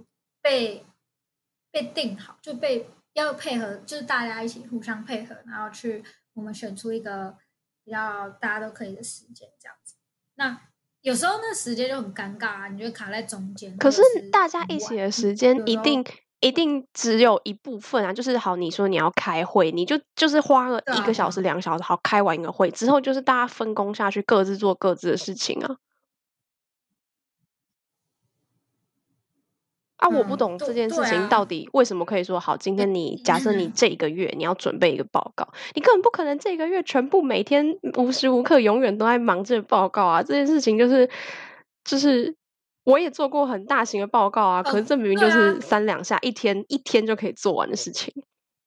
被被定好，就被要配合，就是大家一起互相配合，然后去我们选出一个比较大家都可以的时间，这样子。那有时候那时间就很尴尬啊，你就卡在中间， 可是或者是大家很晚， 一起的时间有时候一定一定只有一部分啊，就是好，你说你要开会，你就就是花了对一个小时、 啊对啊， 两个小时，好，开完一个会之后，就是大家分工下去，各自做各自的事情啊。啊，我不嗯， 懂对这件事情到对啊， 底为什么可以说好，今呃天你假设你这个月你要准备一个报告，你根本不可能这个月全部每天无时无刻永远都在忙这个报告啊。这件事情就是就是我也做过很大型的报告啊，可是哦， 这明明就是对啊， 三两下，一天一天就可以做完的事情。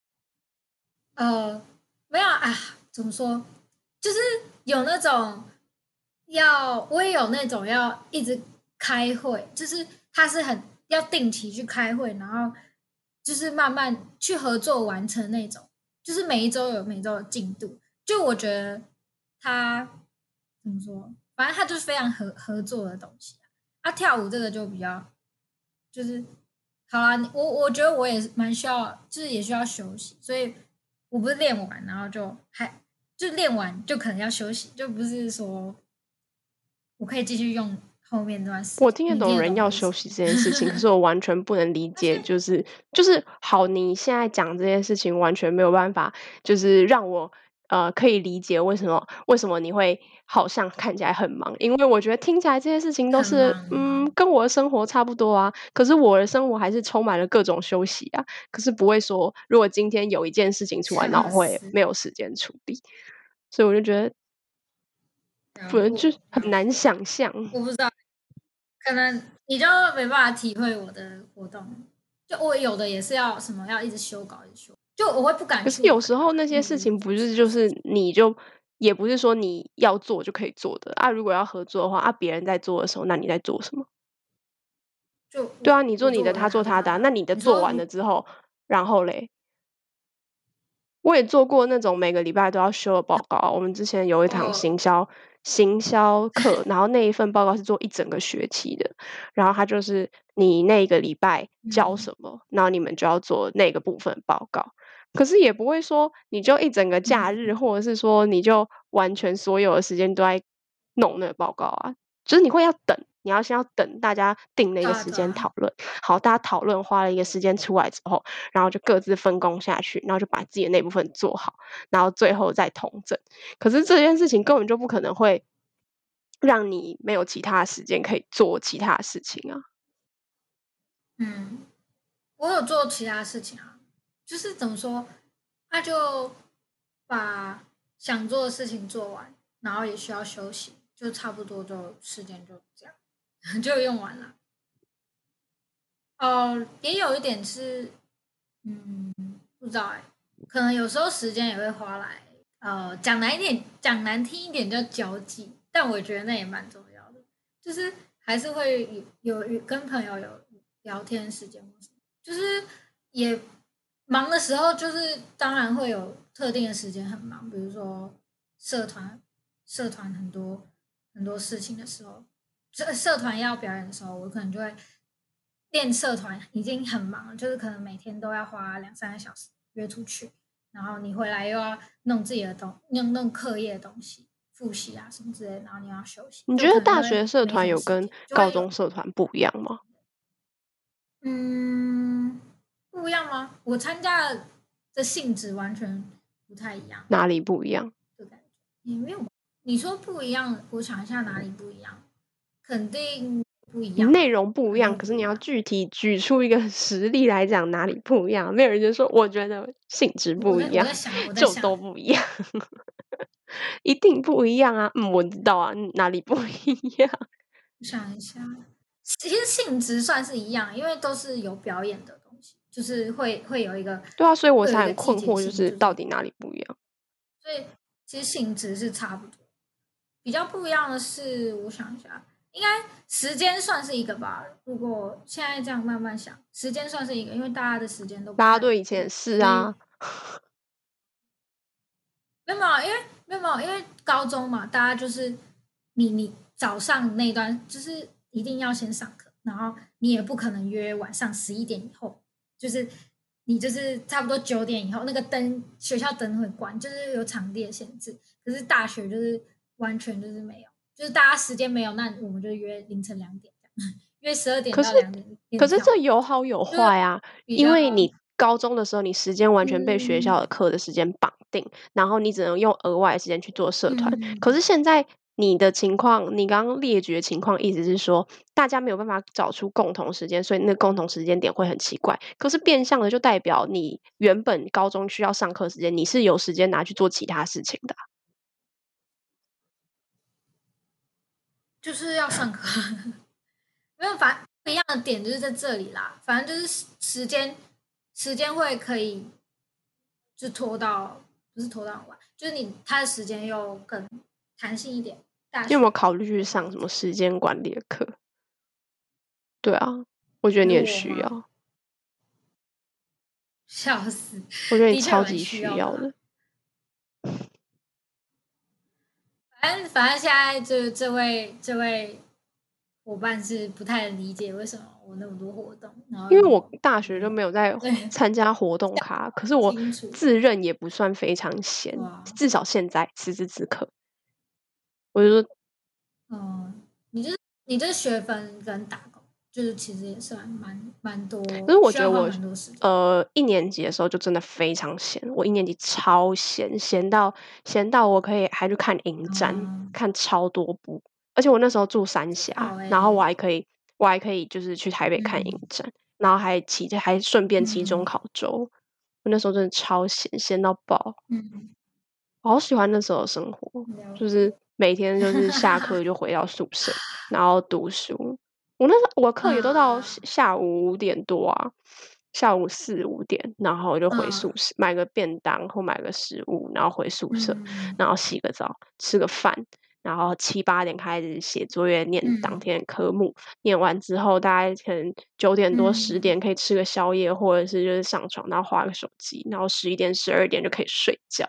呃，没有啊，怎么说？就是有那种要，我也有那种要一直开会，就是他是很要定期去开会，然后就是慢慢去合作完成那种，就是每一周有每周的进度。就我觉得他怎么说，反正他就是非常合合作的东西啊。啊，跳舞这个就比较就是好啦，你我我觉得我也是蛮需要，就是也需要休息，所以我不是练完然后就还就练完就可能要休息，就不是说我可以继续用后面那段时间。 我听得你听得懂人懂我意思？ 要休息这件事情，可是我完全不能理解， 而且就是就是好，你现在讲这件事情完全没有办法，就是让我呃可以理解为什么为什么你会好像看起来很忙，因为我觉得听起来这些事情都很是忙嗯跟我的生活差不多啊，可是我的生活还是充满了各种休息啊，可是不会说如果今天有一件事情出来，然后笑死， 会没有时间处理，所以我就觉得不能就了我了解， 很难想象。 我不知道，可能你就没办法体会我的活动。就我有的也是要什么要一直修稿，一直修，就我会不敢可是有去玩啊。 时候那些如果事情不有是就是你就也不是说你要做就可以做的啊。如果要合作的话，啊，别人在做的时候，那你在做什么？ 就对啊， 我你做你的， 我做我的， 他做他的啊， 他做他的啊。 那你的做你说如完了之后，然后嘞，我也做过那种每个礼拜都要修的报告啊。我们之前有一堂哦， 行销行销课，然后那一份报告是做一整个学期的，然后他就是你那个礼拜教嗯什么，然后你们就要做那个部分报告。可是也不会说你就一整个假嗯， 日，或者是说你就完全所有的时间都在弄那个报告啊。就是你会要等，你要先要等大家定那对个时啊对啊， 间讨论，好，大家讨论花了一个时间出来之后，然后就各自分工下去，然后就把自己的那部分做好，然后最后再统整。可是这件事情根本就不可能会让你没有其他时间可以做其他事情啊。 嗯，我有做其他事情啊，就是怎么说，他就把想做的事情做完，然后也需要休息，就差不多就时间就这样就用完了。哦，也有一点是，嗯，不知道哎，可能有时候时间也会花来，呃，讲难一点，讲难听一点叫交际，但我觉得那也蛮重要的，就是还是会有有跟朋友有聊天时间或什么，就是也忙的时候，就是当然会有特定的时间很忙，比如说社团社团很多很多事情的时候，社社团要表演的时候，我可能就会练社团已经很忙了，就是可能每天都要花两三个小时约出去，然后你回来又要弄自己的东，弄弄课业的东西，复习啊什么之类的，然后你要休息， 你觉就可能就会得大学社没什么团有跟时间，就高会有中社团不一样吗？ 嗯不一样吗？我参加的性质完全不太一样， 哪里不一样？ 的感觉也没有。你说不一样，我想一下哪里不一样，肯定不一样内啊， 容不一样， 肯定可是你不一样。 要具体举出一个实例来讲哪里不一样。没有人就说我觉得性质我在我不一样， 在想，我在就想， 都不一样，一定不一样啊。嗯，我知道啊，哪里不一样？ 我想一下，其实性质算是一样，因为都是有表演的东西，就是会会有一个对啊，所以我会有一才个季节很困惑，就性， 是就是到底哪里不一样？ 所以其实性质是差不多。比较不一样的是，我想一下，应该时间算是一个吧。如果现在这样慢慢想，时间算是一个，因为大家的时间都不大家太固定， 对以前是所以啊， 没有没有，因为没有没有，因为高中嘛，大家就是你你早上那段就是一定要先上课，然后你也不可能约晚上十一点以后，就是你就是差不多九点以后，那个灯学校灯会关，就是有场地的限制。可是大学就是完全就是没有，就是大家时间没有，那我们就约凌晨两点这样，约十二点可是到两点可是这练跳舞， 有好有就是坏啊， 比较因为你高中的时候，你时间完全被学校嗯的课的时间绑定，然后你只能用额外的时间去做社团。可嗯， 是现在你的情况，你刚刚列举的情况，意思是说大家没有办法找出共同时间，所以那共同时间点会很奇怪。可是变相的就代表你原本高中需要上课时间，你是有时间拿去做其他事情的啊。 就是要上课，没有反正不一样的点就是在这里啦，反正就是时时间时间会可以就拖到不是拖到很晚，就是你他的时间又更弹性一点。大你有没有学考虑去的话上什么时间管理的课？对啊，我觉得给你很我吗？ 需要， 笑死， 我觉得你的确蛮超级需要的啦。 需要的。 反正反正现在这这位这位伙伴是不太理解为什么我那么多活动，然后因为我又大学就就是没有在对参加活动卡，可是我清楚自认也不算非常闲， 哇， 至少现在此时此刻，我就说， 嗯，你就是你这学分跟打工，就是其实也算蛮蛮可是多， 我觉得我需要花蛮多时间。 呃一年级的时候就真的非常闲，我一年级超闲，闲到闲到我可以还去看影展， 嗯， 看超多部，而且我那时候住三峡， 好诶、 然后我还可以我还可以就是去台北看影嗯展，然后还骑着还顺便期中嗯考周，我那时候真的超闲，闲到爆。 嗯， 我好喜欢那时候的生活， 了解。 就是每天就是下课就回到宿舍，然后读书。我那时候我课也都到下嗯下午五点多啊，下午四五点，然后我就回嗯宿舍买个便当或买个食物，然后回宿舍， 嗯然后洗个澡，吃个饭，然后七八点开始写作业，念当嗯天的科目。念完之后，大概可能九点多十嗯， 点可以吃个宵夜，或者是就是上床，然后划个手机，然后十一点十二点就可以睡觉。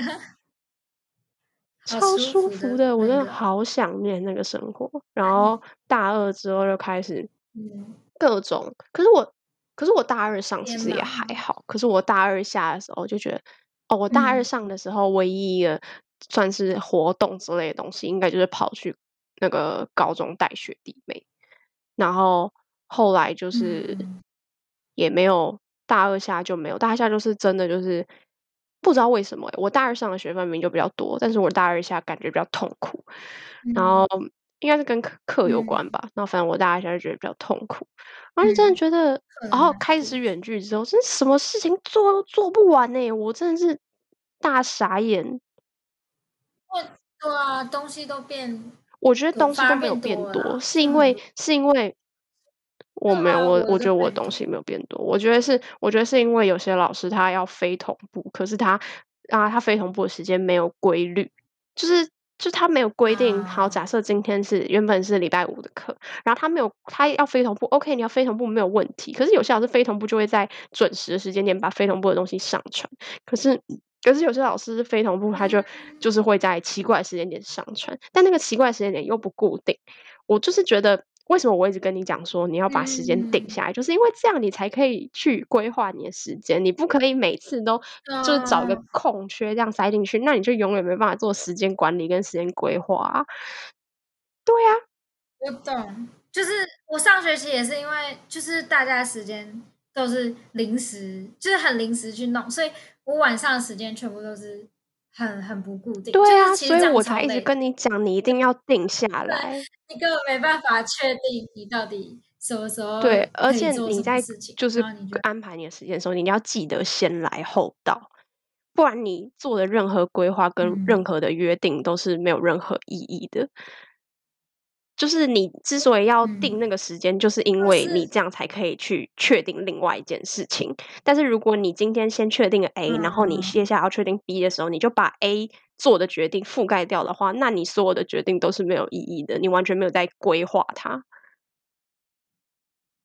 好超舒服的舒服的，我真的那个， 好想念那个生活。然后大二之后就开始嗯， 各种，可是我，可是我大二上其编实也码吗？ 还好。可是我大二下的时候就觉得，哦，我大二嗯上的时候唯一一个算是活动之类的东西，应该就是跑去那个高中带学弟妹。然后后来就是嗯也没有大二下就没有，大二下就是真的就是不知道为什么欸，我大二上的学分明明就比较多，但是我大二下感觉比较痛苦，然后嗯应该是跟课课有关嗯吧，然后反正我大二下就觉得比较痛苦，然后就真的嗯， 觉得， 可能然后难度， 开始远距之后，真什么事情做都做不完呢，我真的是大傻眼。 对对啊，东西都变我觉得多， 东西都没有反而变变多， 多了啦， 是因为就很多。 是因为我没有， 对啊， 我我我的都觉得我的东西变多。 没有变多，我觉得是我觉得是因为有些老师他要非同步，可是他啊，他非同步的时间没有规律，就是就他没有规定，好， 啊， 假设今天是原本是礼拜五的课，然后他没有他要非同步，OK，你要非同步没有问题，可是有些老师非同步就会在准时的时间点把非同步的东西上传，可是可是有些老师是非同步，他就嗯就是会在奇怪的时间点上传，但那个奇怪的时间点又不固定。我就是觉得，为什么我一直跟你讲说你要把时间定嗯， 下来，就是因为这样你才可以去规划你的时间。你不可以每次都就是找一个啊， 空缺这样塞进去，那你就永远没办法做时间管理跟时间规划啊。对啊， 我懂，就是我上学期也是因为就是大家的时间都是临时，就是很临时去弄，所以我晚上的时间全部都是很很不固定，就对啊， 是其实这样所以我才超累的。 一直跟你讲，你一定要定下来。 你根本没办法确定你到底什么时候对，而且可以做什么你在事情， 就是然后你就安排你的时间的时候，你一定要记得先来后到，不然你做的任何规划跟任嗯， 何的约定都是没有任何意义的。就是你之所以要定嗯， 那个时间，就是因为你就是这样才可以去确定另外一件事情。但是如果你今天先确定了 A，然后你嗯， 接下来要确定 B 的时候，你就把 A 做的决定覆盖掉的话，那你所有的决定都是没有意义的，你完全没有在规划它。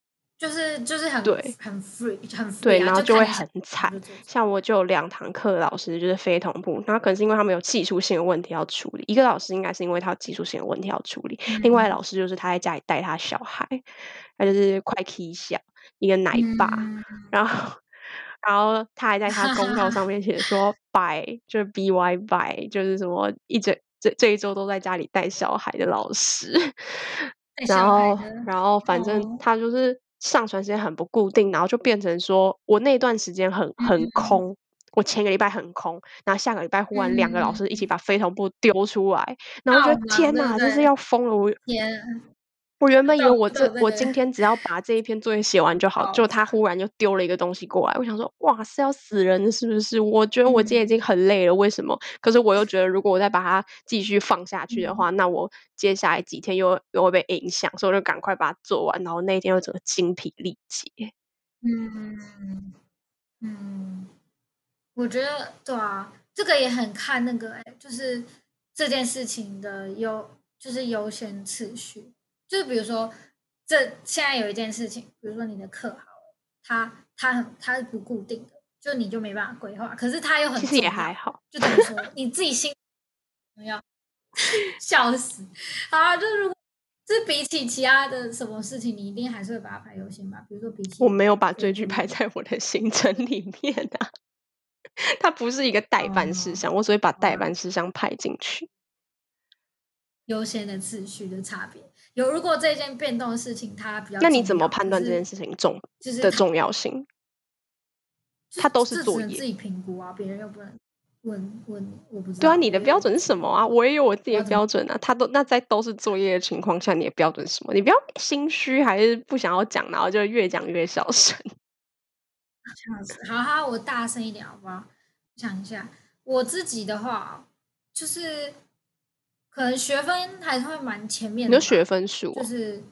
就是就是很对很 free 很 free 对， 啊， 然后就会就看你想很惨。 就做像我就有两堂课老师就是非同步，那可能是因为他们有技术性的问题要处理，一个老师应该是因为他有技术性的问题要处理，另外嗯老师就是他在家里带他小孩，他就是快 K 小一个奶爸， 嗯， 然后然后他还在他公告上面写说 by 就是 by by 就是什么一整这这一周都在家里带小孩的老师， 带然后小孩的然后反正哦， 他就是上传时间很不固定，然后就变成说我那段时间很很嗯空，我前个礼拜很空，然后下个礼拜忽然两个老师一起嗯， 把非同步丢出来，然后我觉得爆忙， 天哪，这是对不对？ 要疯了！我天， 我原本以为懂我这懂那个我今天只要把这一篇作业写完就好，结果他爆炸， 忽然就丢了一个东西过来，我想说哇是要死人是不是？我觉得我今天已经嗯很累了，为什么？可是我又觉得如果我再把它继续放下去的嗯话，那我接下来几天又又会被影响，所以我就赶快把它做完，然后那一天又整个精疲力竭。 嗯嗯，我觉得对啊，这个也很看那个哎、就是这件事情的优，就是优先次序。就是比如说，这现在有一件事情，比如说你的课好了，它它很它是不固定的，就你就没办法规划，可是它又其实也很重要， 还好， 就等于说你自己心重要，笑死。好啊，就如果这比起其他的什么事情，你一定还是会把它排优先吧？比如说比起我没有把追剧排追剧， 在我的行程里面啊，它不是一个代办事哦， 项，我只会把代好吧。 办事项排进去。 优先的次序的差别。有，如果这件变动的事情它比较那你怎么重要， 判断这件可是事情重就是它的重要性？ 就它都是这作业。 只能自己评估啊，别人又不能问问，我不知对啊， 道， 你的标准我也我不是什么啊？ 知道， 我也有我自己的我要怎么标准啊。他都那在都是作业的情况下，你的标准是什么？你不要心虚，还是不想要讲，然后就越讲越小声。 这样子？好好，我大声一点好不好？想一下，我自己的话，就是可能学分还是会蛮前面你的学的吧， 分数哦， 就是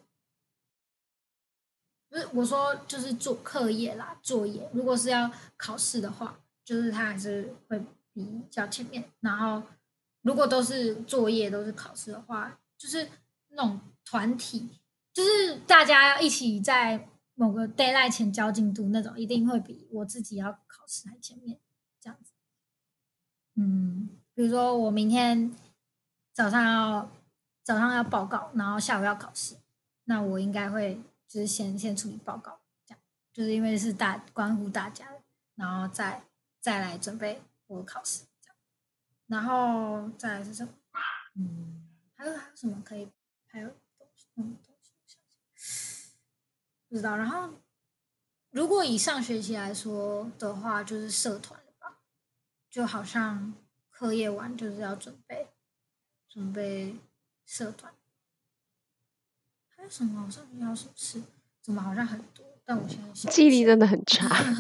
不是我说就是做课业啦，作业。如果是要考试的话，就是它还是会比较前面。然后如果都是作业都是考试的话，就是那种团体，就是大家要一起在某个 d a y l i g h t 前交进度那种，一定会比我自己要考试还前面这样子。嗯，比如说我明天早上要早上要报告，然后下午要考试，那我应该会就是先先处理报告，这样就是因为是大关乎大家的，然后再再来准备我的考试，这样，然后再来是什么？嗯，还有还有什么可以？还有东西，嗯，东西我想想不知道。然后如果以上学期来说的话，就是社团了吧，就好像课业完就是要准备准备社团。还有什么？上学期还有什么事？怎么好像很多？但我现在想记忆力不起来。 真的很差。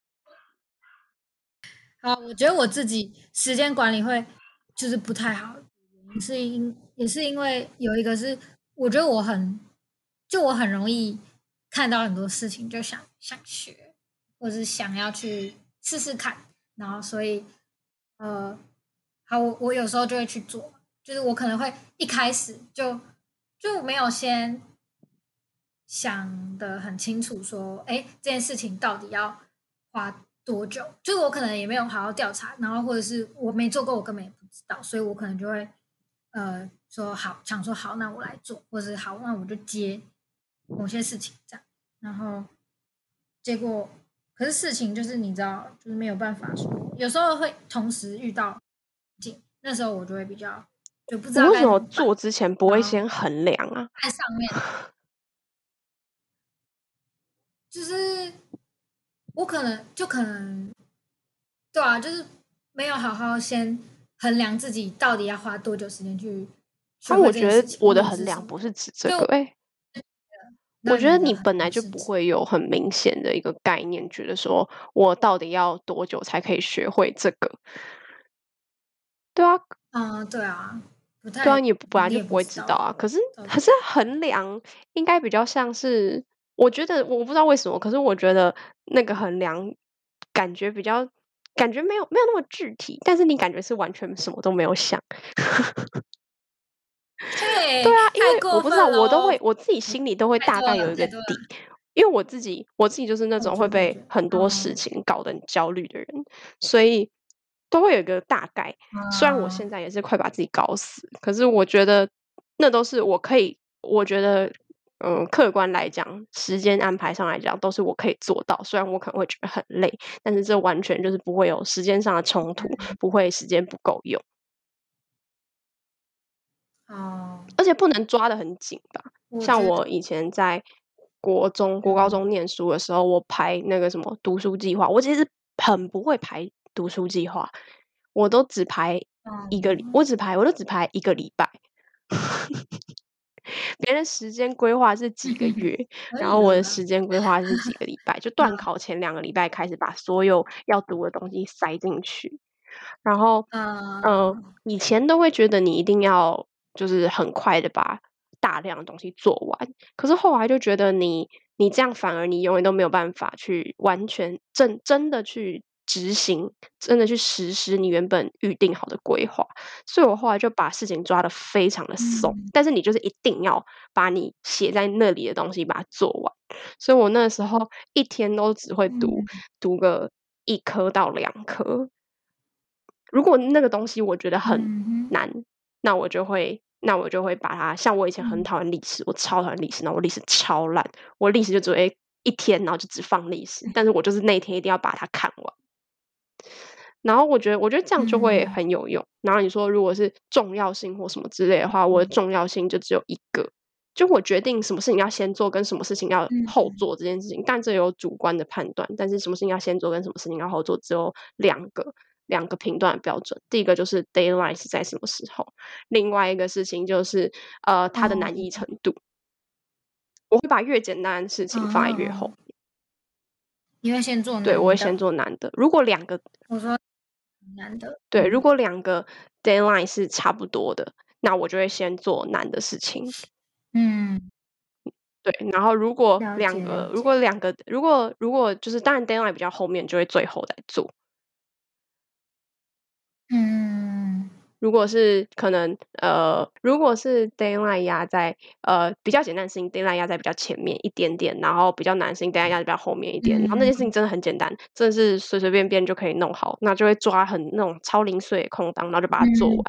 好，我觉得我自己时间管理会就是不太好，原因是因也是因为有一个是，我觉得我很就我很容易看到很多事情就想想学，或是想要去试试看，然后所以呃，好，我我有时候就会去做，就是我可能会一开始就就没有先想的很清楚，说，哎，这件事情到底要花多久？就是我可能也没有好好调查，然后或者是我没做过，我根本也不知道，所以我可能就会呃说好，想说好，那我来做，或者是好，那我就接某些事情这样，然后结果可是事情就是你知道，就是没有办法说，有时候会同时遇到境，那时候我就会比较就不知道你为什么该怎么办， 做之前不会然后先衡量啊？ 在上面就是我可能就可能对啊，就是没有好好先衡量自己到底要花多久时间去学那我会这件事情， 觉得我的或者衡量不是什么的。 是指这个、 就欸，我那觉得你的衡你本来就量是指， 不会有很明显的一个概念，觉得说我到底要多久才可以学会这个？对啊， 嗯，对啊，不对啊， 太， 你本来你也就不会不知道知道啊。可是，可是到底衡量应该比较像是，我觉得我不知道为什么，可是我觉得那个衡量感觉比较，感觉没有没有那么具体，但是你感觉是完全什么都没有想。对嘿， 啊，因太为我不知道， 过分我都会喽！ 我自己心里都会太多了， 大概有一个太多了。 底， 因为我自己我自己就是那种会被很多事情搞得很焦虑的人，所以都会有一个大概。虽然我现在也是快把自己搞死，可是我觉得那都是我可以，我觉得嗯，客观来讲，时间安排上来讲，都是我可以做到。虽然我可能会觉得很累，但是这完全就是不会有时间上的冲突，不会时间不够用。 哦， 而且不能抓得很紧吧。像我觉得我以前在国中、国高中念书的时候，我排那个什么读书计划，我其实很不会排读书计划，我都只排一个礼， 嗯我只排，我都只排一个礼拜。别人时间规划是几个月， 可然后我的以啦时间规划是几个礼拜，就段考前两个礼拜开始把所有要读的东西塞进去。然后， 嗯呃，以前都会觉得你一定要就是很快的把大量的东西做完，可是后来就觉得你你这样反而你永远都没有办法去完全真真的去执行，真的去实施你原本预定好的规划。所以我后来就把事情抓得非常的松， 嗯但是你就是一定要把你写在那里的东西把它做完。所以我那时候一天都只会读嗯读个一科到两科。如果那个东西我觉得很嗯哼难，那我就会那我就会把它像我以前很嗯讨厌历史，我超讨厌历史，然后我历史超烂，我历史就只会一天，然后就只放历史，但是我就是那天一定要把它看完。然后我觉得我觉得这样就会嗯很有用。然后你说如果是重要性或什么之类的话，我的重要性就只有一个，就我决定什么事情要先做，跟什么事情要嗯后做这件事情，但这有主观的判断。但是什么事情要先做，跟什么事情要后做，只有两个两个评断的标准。第一个就是 deadline 是在什么时候，另外一个事情就是呃它的哦难易程度。我会把越简单的事情放在越后哦，你会先做对，我会先难的， 做难的。如果两个我说难的， 对，如嗯果两个 deadline 是差不多的，那我就会先做难的事情。 嗯， 对，然后如果了两个如解了解， 果两个如果如果就是当然 deadline 比较后面，就会最后再做。 嗯如果是可能呃，如果是 deadline 压在呃比较简单的事情，deadline 压在比较前面一点点，然后比较难的事情 deadline 压在比较后面一点，然后那件事嗯情真的很简单，真的是随随便便就可以弄好，那就会抓很那种超零碎的空档，然后就把它做嗯完。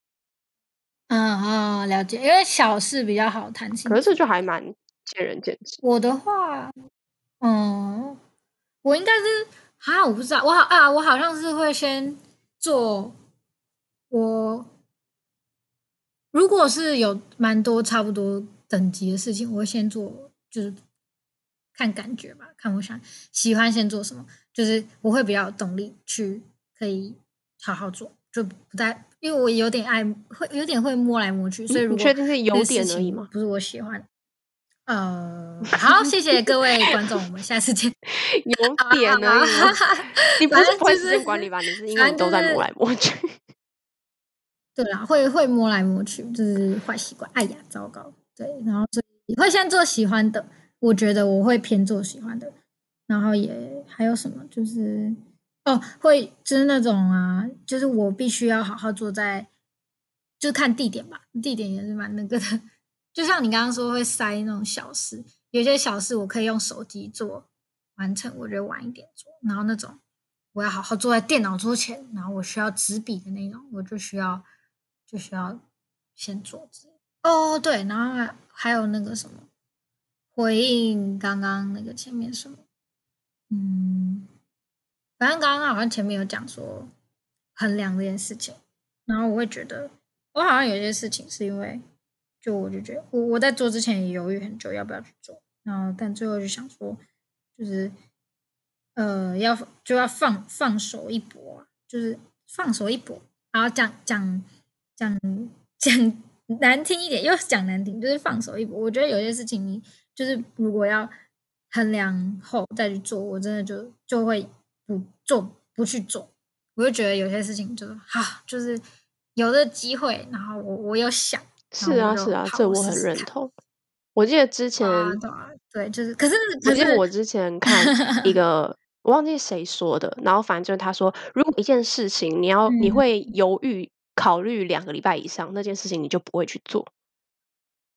嗯嗯，了解，因为小事比较好弹性可是这就处理。 还蛮见仁见智。 我的话，嗯，我应该是啊，我不知道，我好啊，我好像是会先做我如果是有蛮多差不多等级的事情，我会先做，就是看感觉吧，看我想喜欢先做什么，就是我会比较有动力去可以好好做，就不太因为我有点爱会有点会摸来摸去，所以嗯，你如果确定是有这个事点而已吗？ 情不是我喜欢，呃，好，谢谢各位观众，我们下次见。 有好啊点而已吗？ 好啊， 你不反是不会时正就是间管理吧？你是因为反你都在摸正就是来摸去。 对啦，会会摸来摸去，这是坏习惯。哎呀，糟糕！对，然后所以会先做喜欢的，我觉得我会偏做喜欢的。然后也还有什么，就是哦，会就是那种啊，就是我必须要好好坐在，就看地点吧，地点也是蛮那个的。就像你刚刚说会塞那种小事，有些小事我可以用手机做完成，我觉得晚一点做。然后那种我要好好坐在电脑桌前，然后我需要纸笔的那种，我就需要就需要先做之类的。哦，对，然后还还有那个什么回应刚刚那个前面什么，嗯，反正刚刚好像前面有讲说衡量这件事情，然后我会觉得我好像有些事情是因为就我就觉得我我在做之前也犹豫很久要不要去做，然后但最后就想说就是呃要就要放放手一搏啊，就是放手一搏，然后讲讲讲讲难听一点，又讲难听，就是放手一搏。我觉得有些事情你就是如果要衡量后再去做，我真的就就会不做不去做。我就觉得有些事情就是哈，就是有这机会，然后我我有想，然是啊， 后我就是啊， 好，我这我很试试看。 认同。我记得之对啊， 前对啊，对，就是可是我可是， 记得我之前看一个，我忘记谁说的，然后反正就是他说，如果一件事情你要你嗯会犹豫考虑两个礼拜以上，那件事情你就不会去做。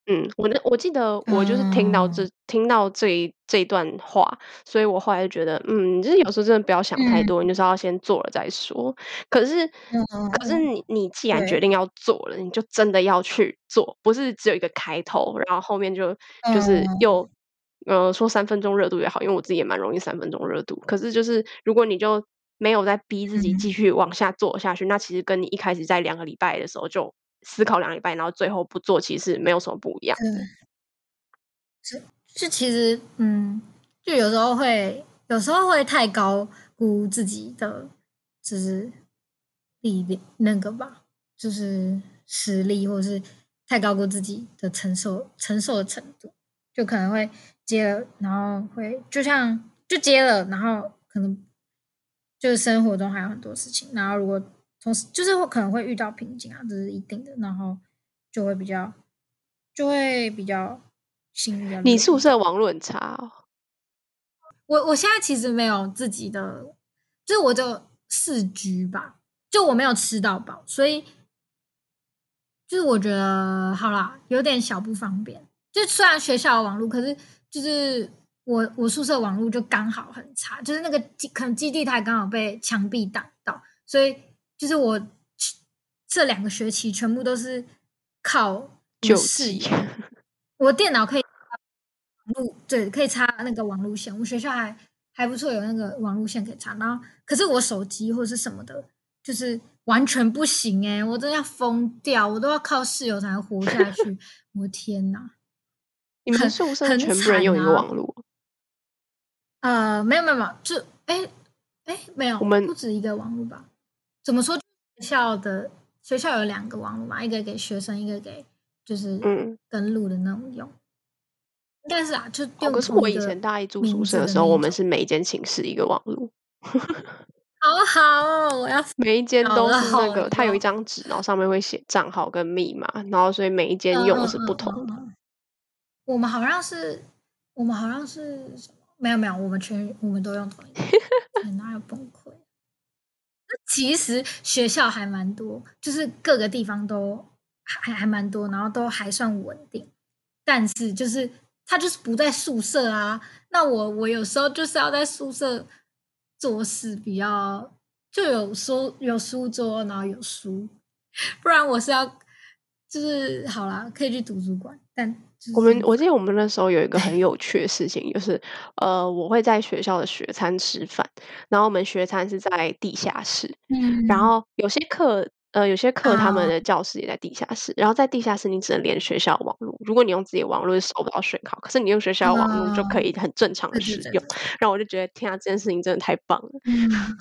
嗯，我那我记得我就是听到这嗯听到这一这一段话，所以我后来就觉得，嗯，就是有时候真的不要想太嗯多，你就是要先做了再说。可是嗯可是嗯， 你你既然决对， 定要做了，你就真的要去做，不是只有一个开头，然后后面就就是嗯又呃，说三分钟热度也好，因为我自己也蛮容易三分钟热度。可是就是如果你就没有在逼自己继嗯， 续往下做下去，那其实跟你一开始在两个礼拜的时候就思考两个礼拜，然后最后不做，其实没有什么不一样的。 对，是是，其实嗯，就有时候会有时候会太高估自己的，就是力量那个吧，就是实力，或者是太高估自己的承受承受的程度，就可能会接了，然后会就像就接了，然后可能就是生活中还有很多事情，然后如果同时就是会可能会遇到瓶颈啊，这是一定的，然后就会比较就会比较心比较你累一点。 宿舍网络很差哦？ 我我现在其实没有自己的，就是我就四 G 吧，就我没有吃到饱，所以就是我觉得好啦，有点小不方便。就虽然学校有网络，可是就是我我宿舍网络就刚好很差，就是那个基可能基地台刚好被墙壁挡到，所以就是我这两个学期全部都是靠我救急。 室友，我电脑可以路对，可以插那个网路线。我们学校还还不错，有那个网路线可以插。然后，可是我手机或是什么的，就是完全不行诶、我真的要疯掉，我都要靠室友才能活下去。我的天哪， 你们很宿舍很全部人用一个惨啊！ 网络？ 呃，没有没有没有，就哎哎没有， 我们不止一个网络吧？怎么说？学校的学校有两个网络嘛，一个给学生，一个给就是嗯， 登录的那种用。应该是啊，就哦， 用可是我以同一个前大一住宿名字舍的时候，我们的那一种。 是每一间寝室一个网络。 好好哦，我要每一间好了都是那好了， 个它有一张纸，然后上面会写账号跟密码，然后所以每一间用的是不嗯嗯嗯同的。 嗯嗯，我们好像是，我们好像是什么？没有没有，我们全我们都用同一个。天哪，要崩溃！那其实学校还蛮多，就是各个地方都还还蛮多，然后都还算稳定。但是就是他就是不在宿舍啊，那我我有时候就是要在宿舍做事，比较就有书有书桌，然后有书，不然我是要就是好啦，可以去图书馆，但就是我们我记得我们那时候有一个很有趣的事情，就是呃，我会在学校的学餐吃饭，然后我们学餐是在地下室，然嗯后有些课呃有些课他们啊， 的教室也在地下室，然后在地下室你只能连学校网络，如果你用自己的网络是收不到讯号，可是你用学校的网络就可嗯， 以很正常的对对使用， 对对， 然后我就觉得天啊，这件事情真的太棒了。 嗯，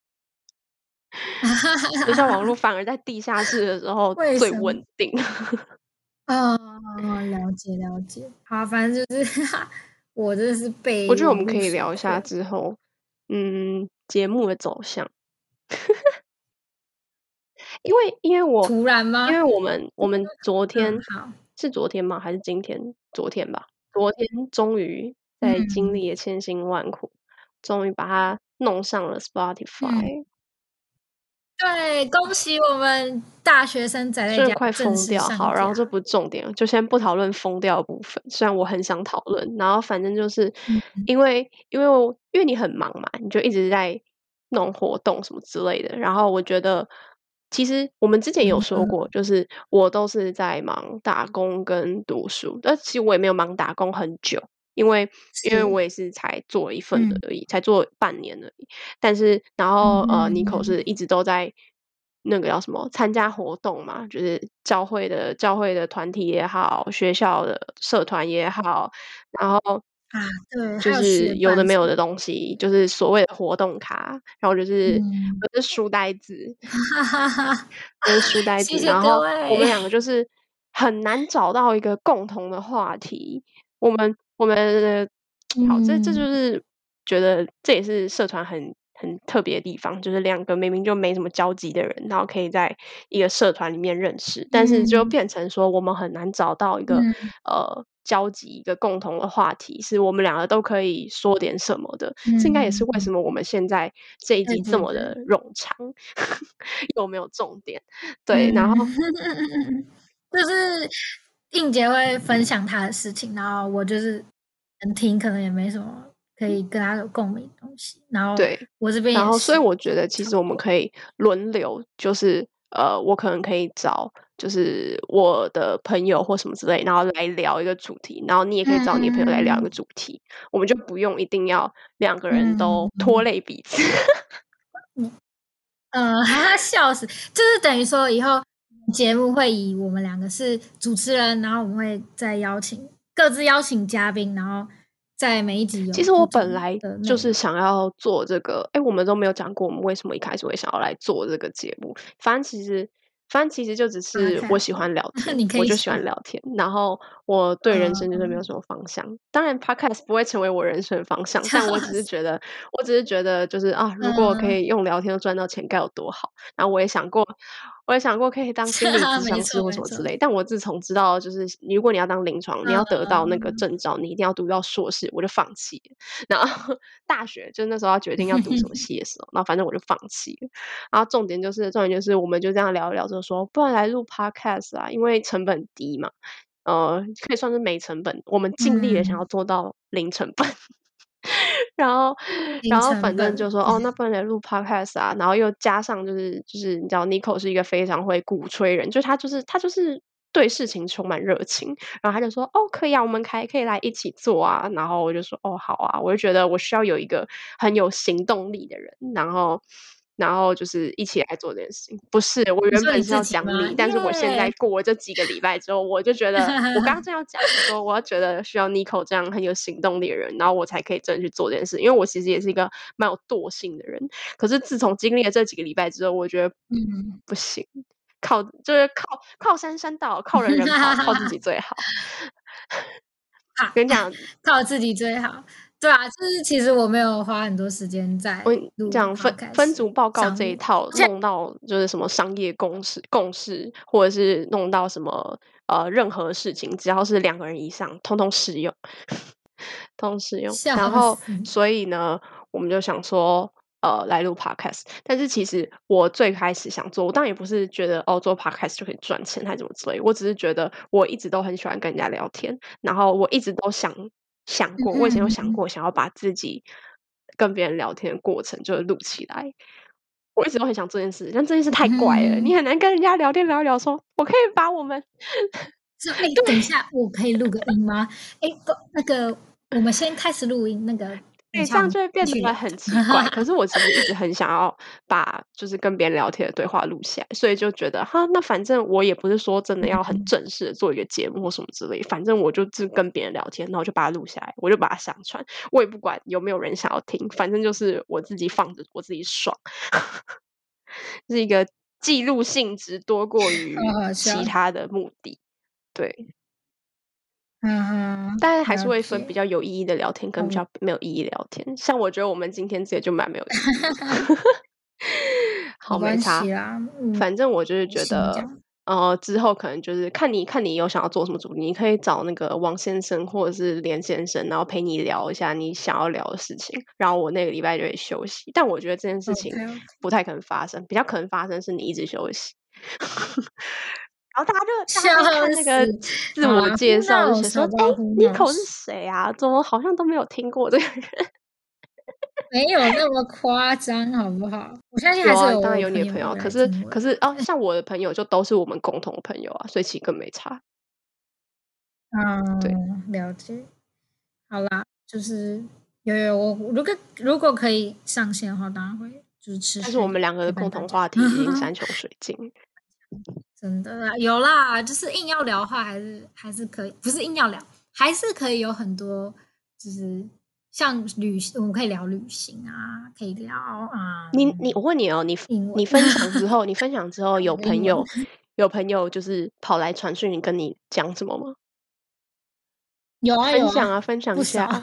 学校网络反而在地下室的时候最为什么？ 稳定。 哦，了解了解。好，反正就是我真的是我被网络觉得我们可以聊一下所困。 之后，嗯，节目的走向。因为因为我突然吗？ 因为我们我们昨嗯， 天好， 是昨天吗？还是今天？昨天吧。昨天终于在经嗯历了千辛万苦，终于把它弄上了嗯， Spotify。 对，恭喜我们大学生宅在家真的快正式疯掉。好，然后上架。 这不是重点，就先不讨论疯掉的部分，虽然我很想讨论。然后反正就是嗯因为因为我因为你很忙嘛，你就一直在弄活动什么之类的。然后我觉得，其实我们之前有说嗯， 过，就是我都是在忙打工跟读书，但其实我也没有忙打工很久，因为因为是， 我也是才做了一份的嗯而已，才做半年而已。但是然后呃嗯 n i c o 嗯是一直都在那个叫什么参加活动嘛，就是教会的教会的团体也好，学校的社团也好，然后啊，对， 就还有学是有的伴什么， 没有的东西，就是所谓的活动卡，然后就是嗯， 我是书呆子， 哈哈哈， 我是书呆子， 谢谢然后我各位。 们两个就是很难找到一个共同的话题。我们我们的好，这这就嗯是觉得这也是社团很很特别的地方，就是两个明明就没什么交集的人，然后可以在一个社团里面认识，但是就嗯变成说我们很难找到一个嗯， 呃交集，一个共同的话题，是我们两个都可以说点什么的。这应该也是为什嗯， 么我们现在这一对集这对对， 么的冗长，又没有重点。对，然后嗯，就是应杰会分享他的事情，然后我就是能听，可能也没什么可以跟他有共鸣的东西。然后对， 我这边也是， 然后所以我觉得其实我们可以轮流，就是呃，我可能可以找就是我的朋友或什么之类，然后来聊一个主题，然后你也可以找你的朋友来聊一个主题，嗯、我们就不用一定要两个人都拖累彼此。 嗯，呃，哈哈，笑死！就是等于说以后节目会以我们两个是主持人，然后我们会再邀请各自邀请嘉宾，然后在每一集有。 其实我本来就是想要做这个，哎，我们都没有讲过我们为什么一开始会想要来做这个节目。反正其实，反正其实就只是我喜欢聊天，我就喜欢聊天。然后我对人生就是没有什么方向。当然 ，Podcast 不会成为我人生的方向，但我只是觉得，我只是觉得就是啊，如果可以用聊天赚到钱，该有多好。然后我也想过。我也想过可以当心理咨商师或什么之类，但我自从知道就是如果你要当临床，你要得到那个证照，你一定要读到硕士，我就放弃了。然后大学就那时候要决定要读什么系的时候，然后反正我就放弃了。然后重点就是重点就是我们就这样聊一聊，就说不然来录 podcast 啊，因为成本低嘛，呃，可以算是没成本，我们尽力的想要做到零成本。然后，然后反正就说哦，那不然来录 podcast 啊，然后又加上就是就是你知道 Nico 是一个非常会鼓吹人，就他就是他就是对事情充满热情，然后他就说哦可以啊，我们还可以来一起做啊，然后我就说哦好啊，我就觉得我需要有一个很有行动力的人，然后。然后就是一起来做这件事情，不是我原本是要讲你，但是我现在过了这几个礼拜之后，我就觉得我刚刚正要讲说，我要觉得需要 Nico 这样很有行动力的人，然后我才可以真的去做这件事。因为我其实也是一个蛮有惰性的人，可是自从经历了这几个礼拜之后，我觉得嗯不行，靠就是靠靠山山倒，靠人人跑，靠自己最好。跟你讲， 靠自己最好。对啊，就是其实我没有花很多时间在录讲分分组报告这一套，弄到就是什么商业共识共识，或者是弄到什么呃任何事情，只要是两个人以上，通通适用，通通适用。然后所以呢，我们就想说。呃，来录 podcast， 但是其实我最开始想做，我当然也不是觉得哦做 podcast 就可以赚钱还是怎么之类，我只是觉得我一直都很喜欢跟人家聊天，然后我一直都想想过，我以前有想过想要把自己跟别人聊天的过程就是录起来，我一直都很想这件事，但这件事太怪了，你很难跟人家聊天聊一聊说，我可以把我们说哎，等一下，我可以录个音吗？哎，那个我们先开始录音，那个。 对，这样就会变得很奇怪。可是我其实一直很想要把就是跟别人聊天的对话录下来，所以就觉得哈，那反正我也不是说真的要很正式的做一个节目或什么之类，反正我就只跟别人聊天，然后就把它录下来，我就把它上传，我也不管有没有人想要听，反正就是我自己放着，我自己爽，是一个记录性质多过于其他的目的，对。 嗯哼， 但是还是会分比较有意义的聊天跟比较没有意义的聊天。像我觉得我们今天这个就蛮没有意义的。好，没差啦。 反正我就是觉得，呃，之后可能就是看你看你有想要做什么主题，你可以找那个王先生或者是连先生，然后陪你聊一下你想要聊的事情。然后我那个礼拜就会休息，但我觉得这件事情不太可能发生，比较可能发生是你一直休息。然后大家就大家看那个自我介绍，就说：“哎 ，Nico 是谁啊？怎么好像都没有听过这个人？” 没有那么夸张，好不好？我相信还是有， 当然有你的朋友，可是可是哦，像我的朋友就都是我们共同的朋友啊，所以其实更没差。 嗯，对，了解。好啦，就是有有我如果如果可以上线的话，当然会就是持续。 但是我们两个的共同话题已经山穷水尽。 真的啦，有啦，就是硬要聊的话，还是还是可以，不是硬要聊，还是可以有很多，就是像旅行，我们可以聊旅行啊，可以聊啊。 你你我问你哦，你你分享之后，你分享之后有朋友有朋友就是跑来传讯跟你讲什么吗？ 有啊，有分享啊，分享一下。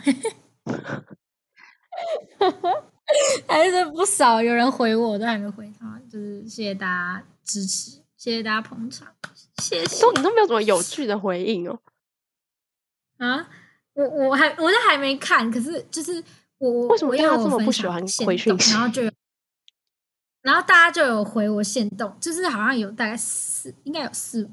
还是不少，有人回我，我都还没回他，就是谢谢大家支持。谢谢大家捧场，谢谢。 都你都没有什么有趣的回应哦。 啊，我我还我都还没看，可是就是我为什么大家这么不喜欢回讯息？ 然后就有，然后大家就有回我限动，就是好像有大概四，应该有四，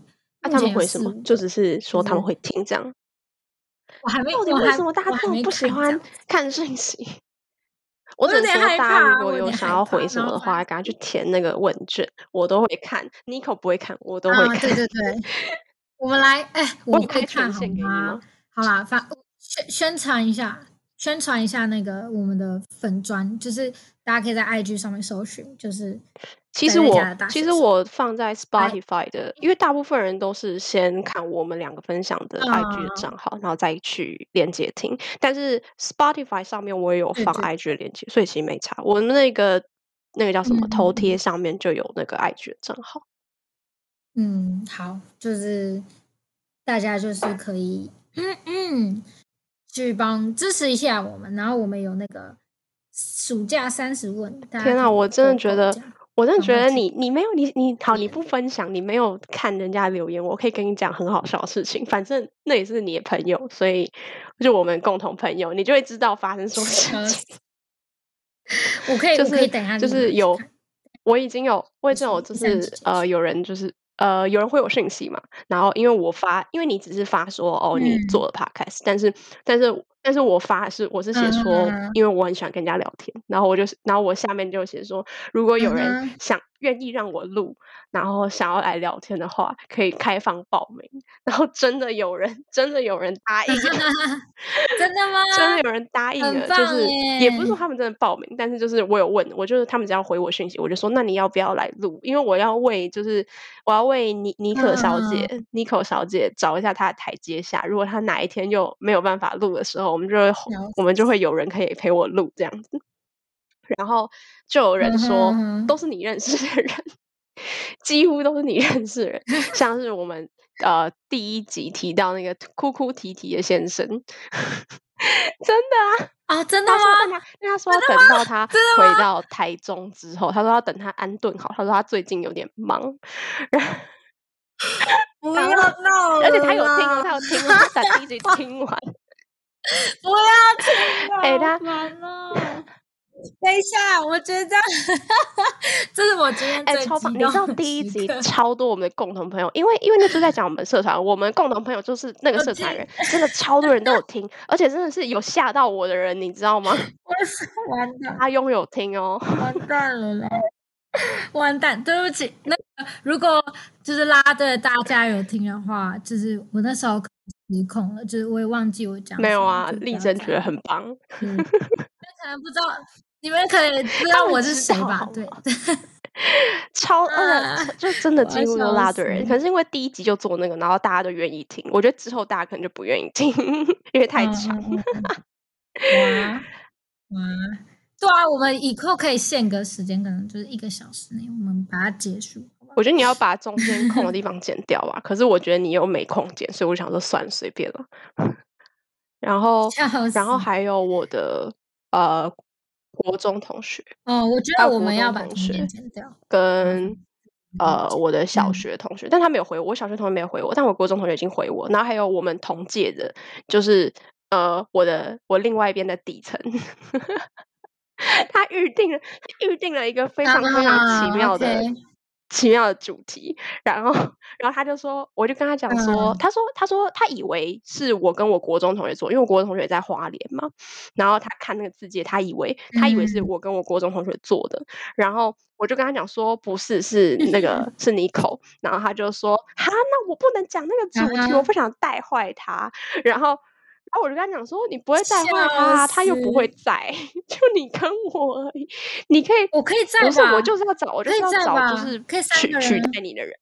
啊， 目他们回什么？ 前有四五个， 就只是就是说他们会听这样。 我还没， 到底我还为什么大家我还没这么不喜欢看这样子， 看讯息？我我有只能说， 点害怕， 大家如果我有有想要点害怕。 回什么的话， 然后反正赶快去填那个问卷，我都会看。Nico 不会看，我都会啊， 看。 对对对，我们来，哎，我我有开会看好权限给你吗？ 吗？ 好啦，反宣宣传一下，宣传一下那个我们的粉专，就是大家可以在 I G 上面搜寻，就是其实我在在家的大其实学生。 我放在来， Spotify 的，因为大部分人都是先看我们两个分享的 I G 的嗯， 账号，然后再去连接听。但是 Spotify 上面我也有放对对， I G 的连接，所以其实没差。我们那个那个叫什么头嗯贴上面就有那个 I G 的账号。 嗯，好，就是大家就是可以，嗯嗯，去帮支持一下我们，然后我们有那个暑假三十问，大家天啊， 可以我真的投觉得， 稿这样， 我真的赶快去觉得你你没有你你好，你填。 不分享，你没有看人家留言，我可以跟你讲很好笑的事情。反正那也是你的朋友，所以就我们共同朋友，你就会知道发生什么事笑情。 死！我可以， 就是我可以等一下就立马是有， 去看， 我已经有，我已经有，就结束第三集是呃， 结束。 有人就是呃，有人会有讯息嘛，然后因为我发，因为你只是发说哦，你做嗯了 podcast，但是但是但是我发是我是写嗯说， 哼因为我很喜欢跟人家聊天，然后我就是然后我下面就写说，如果有人嗯哼， 想愿意让我录，然后想要来聊天的话，可以开放报名。然后真的有人，真的有人答应了。 真的吗？ 真的有人答应了，就很棒是也不是说耶！ 他们真的报名，但是就是我有问，我就是他们只要回我讯息，我就说那你要不要来录？因为我要为就是我要为妮妮可小姐、 嗯， 妮可小姐找一下她的台阶下。如果她哪一天又没有办法录的时候，我们就会了我们就会有人可以陪我录这样子。然后就有人嗯说哼都是你认识的人，几乎都是你认识的人，像是我们呃第一集提到那个哭哭啼啼的先生，真的啊。 啊，真的他说，但吗？ 他但他说要等到他回到台中之后，他说要等他安顿好，他说他最近有点忙，然后不然后要闹而且他了有听哦， 啦！ 他有听哦，他把第一集听完。 不要听了， 哎、 好他烦哦！等一下，我觉得这样，这是我今天哎、 最超棒！ 激你知道动的第一集时刻。 超多我们的共同朋友，因为因为那就在讲我们社团，我们共同朋友就是那个我听， 社团人，真的超多人都有听，而且真的是有吓到我的人，你知道吗？ 我是完蛋， 阿庸有听哦。 完蛋了啦！完蛋，对不起。那个如果就是拉队大家有听的话，就是我那时候可能失控了，就是我也忘记我讲什么， 没有啊， 就不丽珍觉得要在意。 很棒。 对，你们可能不知道，你们可能不知他道我是们知道谁吧？对， 好吗？超而啊， 且就真的我要几乎都笑死拉对人，可是因为第一集就做那个，然后大家都愿意听。我觉得之后大家可能就不愿意听，因为太嗯长。 嗯嗯，哇哇，对啊，我们以后可以限个时间，可能就是一个小时内，我们把它结束，好吧？ 我觉得你要把中间空的地方剪掉吧，可是我觉得你又没空剪，所以我想说算了，随便了。然后， 笑然后死！ 还有我的呃国中同学， 哦，我觉还有国得我们要中把中间同学剪掉，麻跟烦。 呃我的小嗯学同学，但他没有回我，我小学同学没有回我，但我国中同学已经回我。然后还有我们同届的，就是呃我的我另外一边的底层，他预定了预定了一个非常非常奇啊妙的。 ，OK， 奇妙的主题，然后，然后他就说，我就跟他讲说， 嗯他说，他说他以为是我跟我国中同学做，因为我国中同学在花莲嘛，然后他看那个字界，他以为他以为是嗯， 我跟我国中同学做的，然后我就跟他讲说，不是，是那个是你口，然后他就说，哈，那我不能讲那个主题，我啊哈， 不想带坏他，然后。然后我就跟他讲说，你不会带坏他笑啊，他又不会死！ 在，就你跟我而已，你可以。 我可以不是，我在吧？ 就是要找，我就可以是要找，就在吧？ 是可以三取取个人代你的人。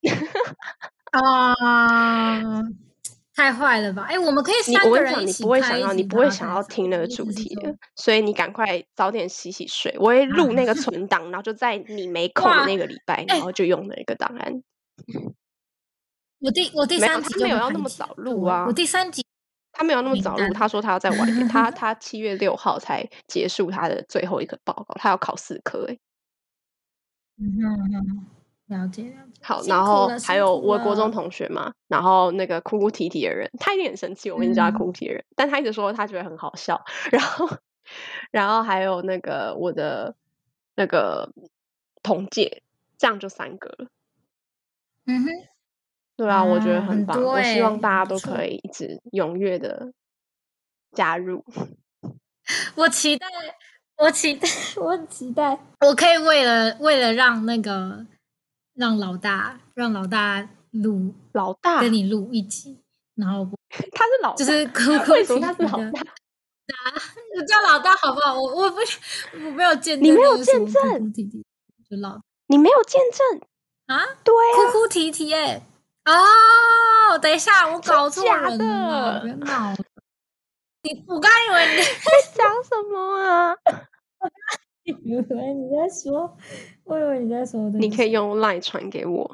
啊，太坏了吧？哎，我们可以你三个我跟你讲，你人一起不会想要，你开一集不会想 podcast 要啊。我的听那个意思是说， 主题的，所以你赶快早点洗洗睡。我会录那个啊， 存档，然后就在你没空的哇， 那个礼拜，然哎， 后就用那个档案。 我第我第没有， 三集就会他没有要那开启了，各么早录位，我啊， 第三集他没有那么早录。 名单。 他说他要再晚一点，他他七月六号才结束他的最后一个报告，他要考四科诶。 嗯哼嗯，了解了解， 好， 辛苦然后了辛还有苦了。 我国中同学嘛，然后那个哭哭啼啼的人，他一定很生气，我们一直叫他哭嗯哭啼的人，但他一直说他觉得很好笑。然后，然后还有那个我的那个同届，这样就三个了。 嗯哼， 对啊，我觉得啊，很很棒， 多哎、 我希望大家不错。 都可以一直踊跃的加入。 我期待，我期待，我很期待，我可以为了为了让那个让老大让老大录老大， 跟你录一集，然后他是老大， 就是哭哭为什么他是啼啼的老大？ 我叫老大好不好？我我不我没有见证， 你没有见证， 哭哭啼啼就老你没有见证啊， 对啊， 哭哭啼啼哎、哦，等一下，我搞错人了啦， 的别闹了。你我刚以为你在讲什么啊？ 以为你在说，我以为你在说， 你可以用 LINE 传给我。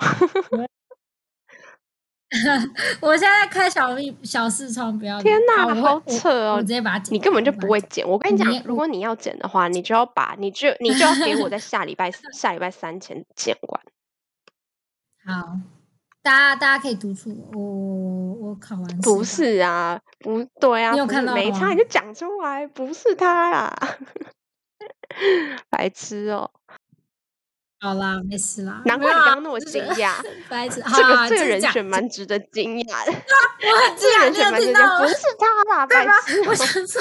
我现在开小密小视窗，不要。 天哪， 好扯哦！ 我直接把它剪。 你根本就不会剪。我跟你讲，如果你要剪的话，你就要把你就你就要给我在下礼拜下礼拜三前剪完。 好，大家大家可以督促我，我我考完。 不是啊，不对啊， 你有看到吗？ 没差，你就讲出来，不是他啦，白痴哦。 好啦，没事啦。 难怪你刚刚那么惊讶， 白痴。 这个这个人选蛮值得惊讶的。 我很惊讶， 这个人选蛮值得惊讶，不是他啦，白痴。 我想说，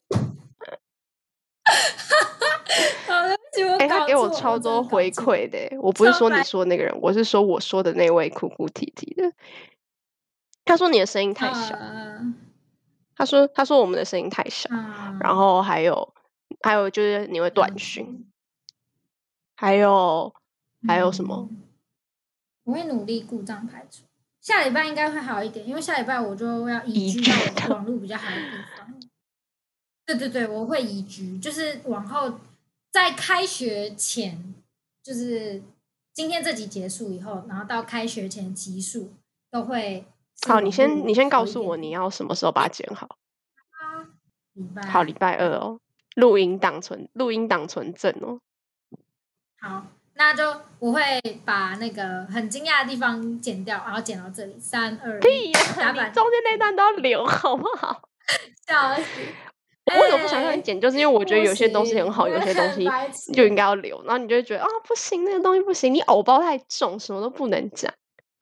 好对不起，我哎，他给我搞错超多回我馈的，我不是说你说那个人，我是说我说的那位哭哭啼啼的。他说你的声音太小， 呃他说他说我们的声音太小， 嗯然后还有还有就是你会断讯，还有还有什么？ 嗯我会努力故障排除，下礼拜应该会好一点，因为下礼拜我就要移居到网络比较好的地方。对对对，我会移居，就是往后在开学前，就是今天这集结束以后，然后到开学前集数都会。 好，你先你先告诉我你要什么时候把它剪好。 礼拜好，礼拜二哦，录音档存录音档存证哦。 好。那就我会把那个很惊讶的地方剪掉，然后剪到这里。三二屁呀！你中间那段都要留，好不好？ 笑死！ 我为什么不想让你剪？就是因为我觉得有些东西很好，有些东西就应该要留，然后你就会觉得啊，不行，那个东西不行，你偶包太重，什么都不能讲。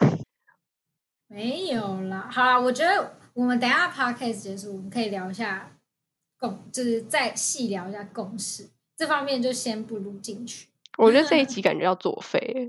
没有啦，好啦，我觉得我们等一下 podcast 结束，我们可以聊一下共，就是再细聊一下共识这方面，就先不录进去。 我觉得这一集感觉要作废。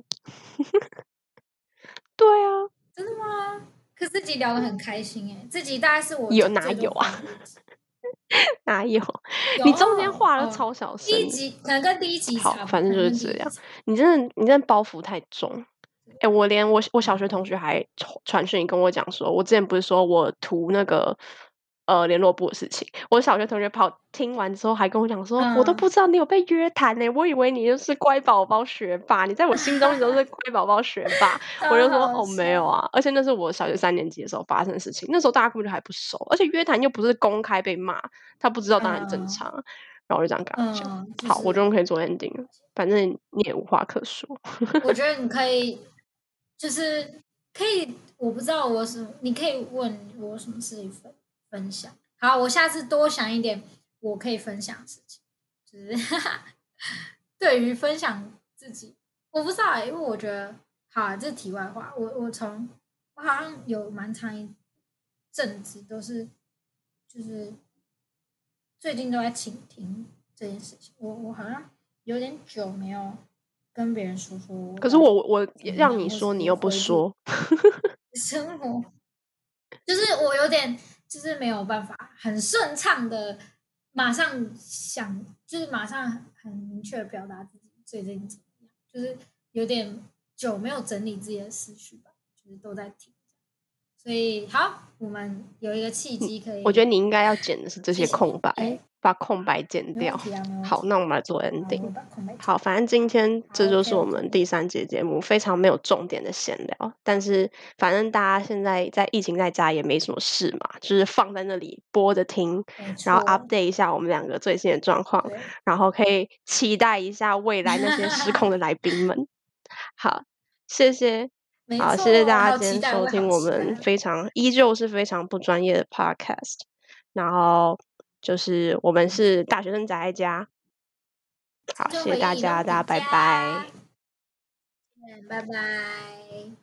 对啊， 真的吗？可是这集聊得很开心哎、欸，这集大概是我有哪有啊？哪有？ 有你中间话都哦超小声。 第一集可能跟第一集差不多， 好，反正就是这样。你真的，你真的包袱太重。哎、欸，我连我我小学同学还传讯跟我讲说，我之前不是说我图那个呃联络部的事情，我小学同学跑听完之后还跟我讲说，嗯、我都不知道你有被约谈呢、欸，我以为你就是乖宝宝学霸，你在我心中都是乖宝宝学霸。我就说哦没有啊，而且那是我小学三年级的时候发生的事情，那时候大家根本就还不熟，而且约谈又不是公开被骂，他不知道当然正常。嗯然后我就这样跟他讲，嗯就是、好，我终于可以做 ending 了，反正你也无话可说。 我觉得你可以，就是可以，我不知道我什么，你可以问我什么事情分分享。好，我下次多想一点我可以分享的事情，就是对于分享自己，我不知道、欸，因为我觉得，好、啊，这是题外话。我我从我好像有蛮长一阵子都是，就是最近都在倾听这件事情。我我好像有点久没有跟别人说说我。 可是我我让你说，你又不说。 生活就是我有点就是没有办法很顺畅的马上想，就是马上很明确的表达自己最近怎么样，就是有点久没有整理自己的思绪吧，就是都在听。所以好，我们有一个契机可以。 我觉得你应该要剪的是这些空白，欸、把空白剪掉。 啊、 好，那我们来做 ending。好，反正今天这就是我们第三节节目，非常没有重点的闲聊。但是反正大家现在在疫情在家也没什么事嘛，就是放在那里播着听，然后 update 一下我们两个最新的状况，然后可以期待一下未来那些失控的来宾们。好，谢谢。好，谢谢大家今天收听我们非常依旧是非常不专业的 podcast， 然后就是我们是大学生宅在家。好，谢谢大家，大家拜拜， 拜拜。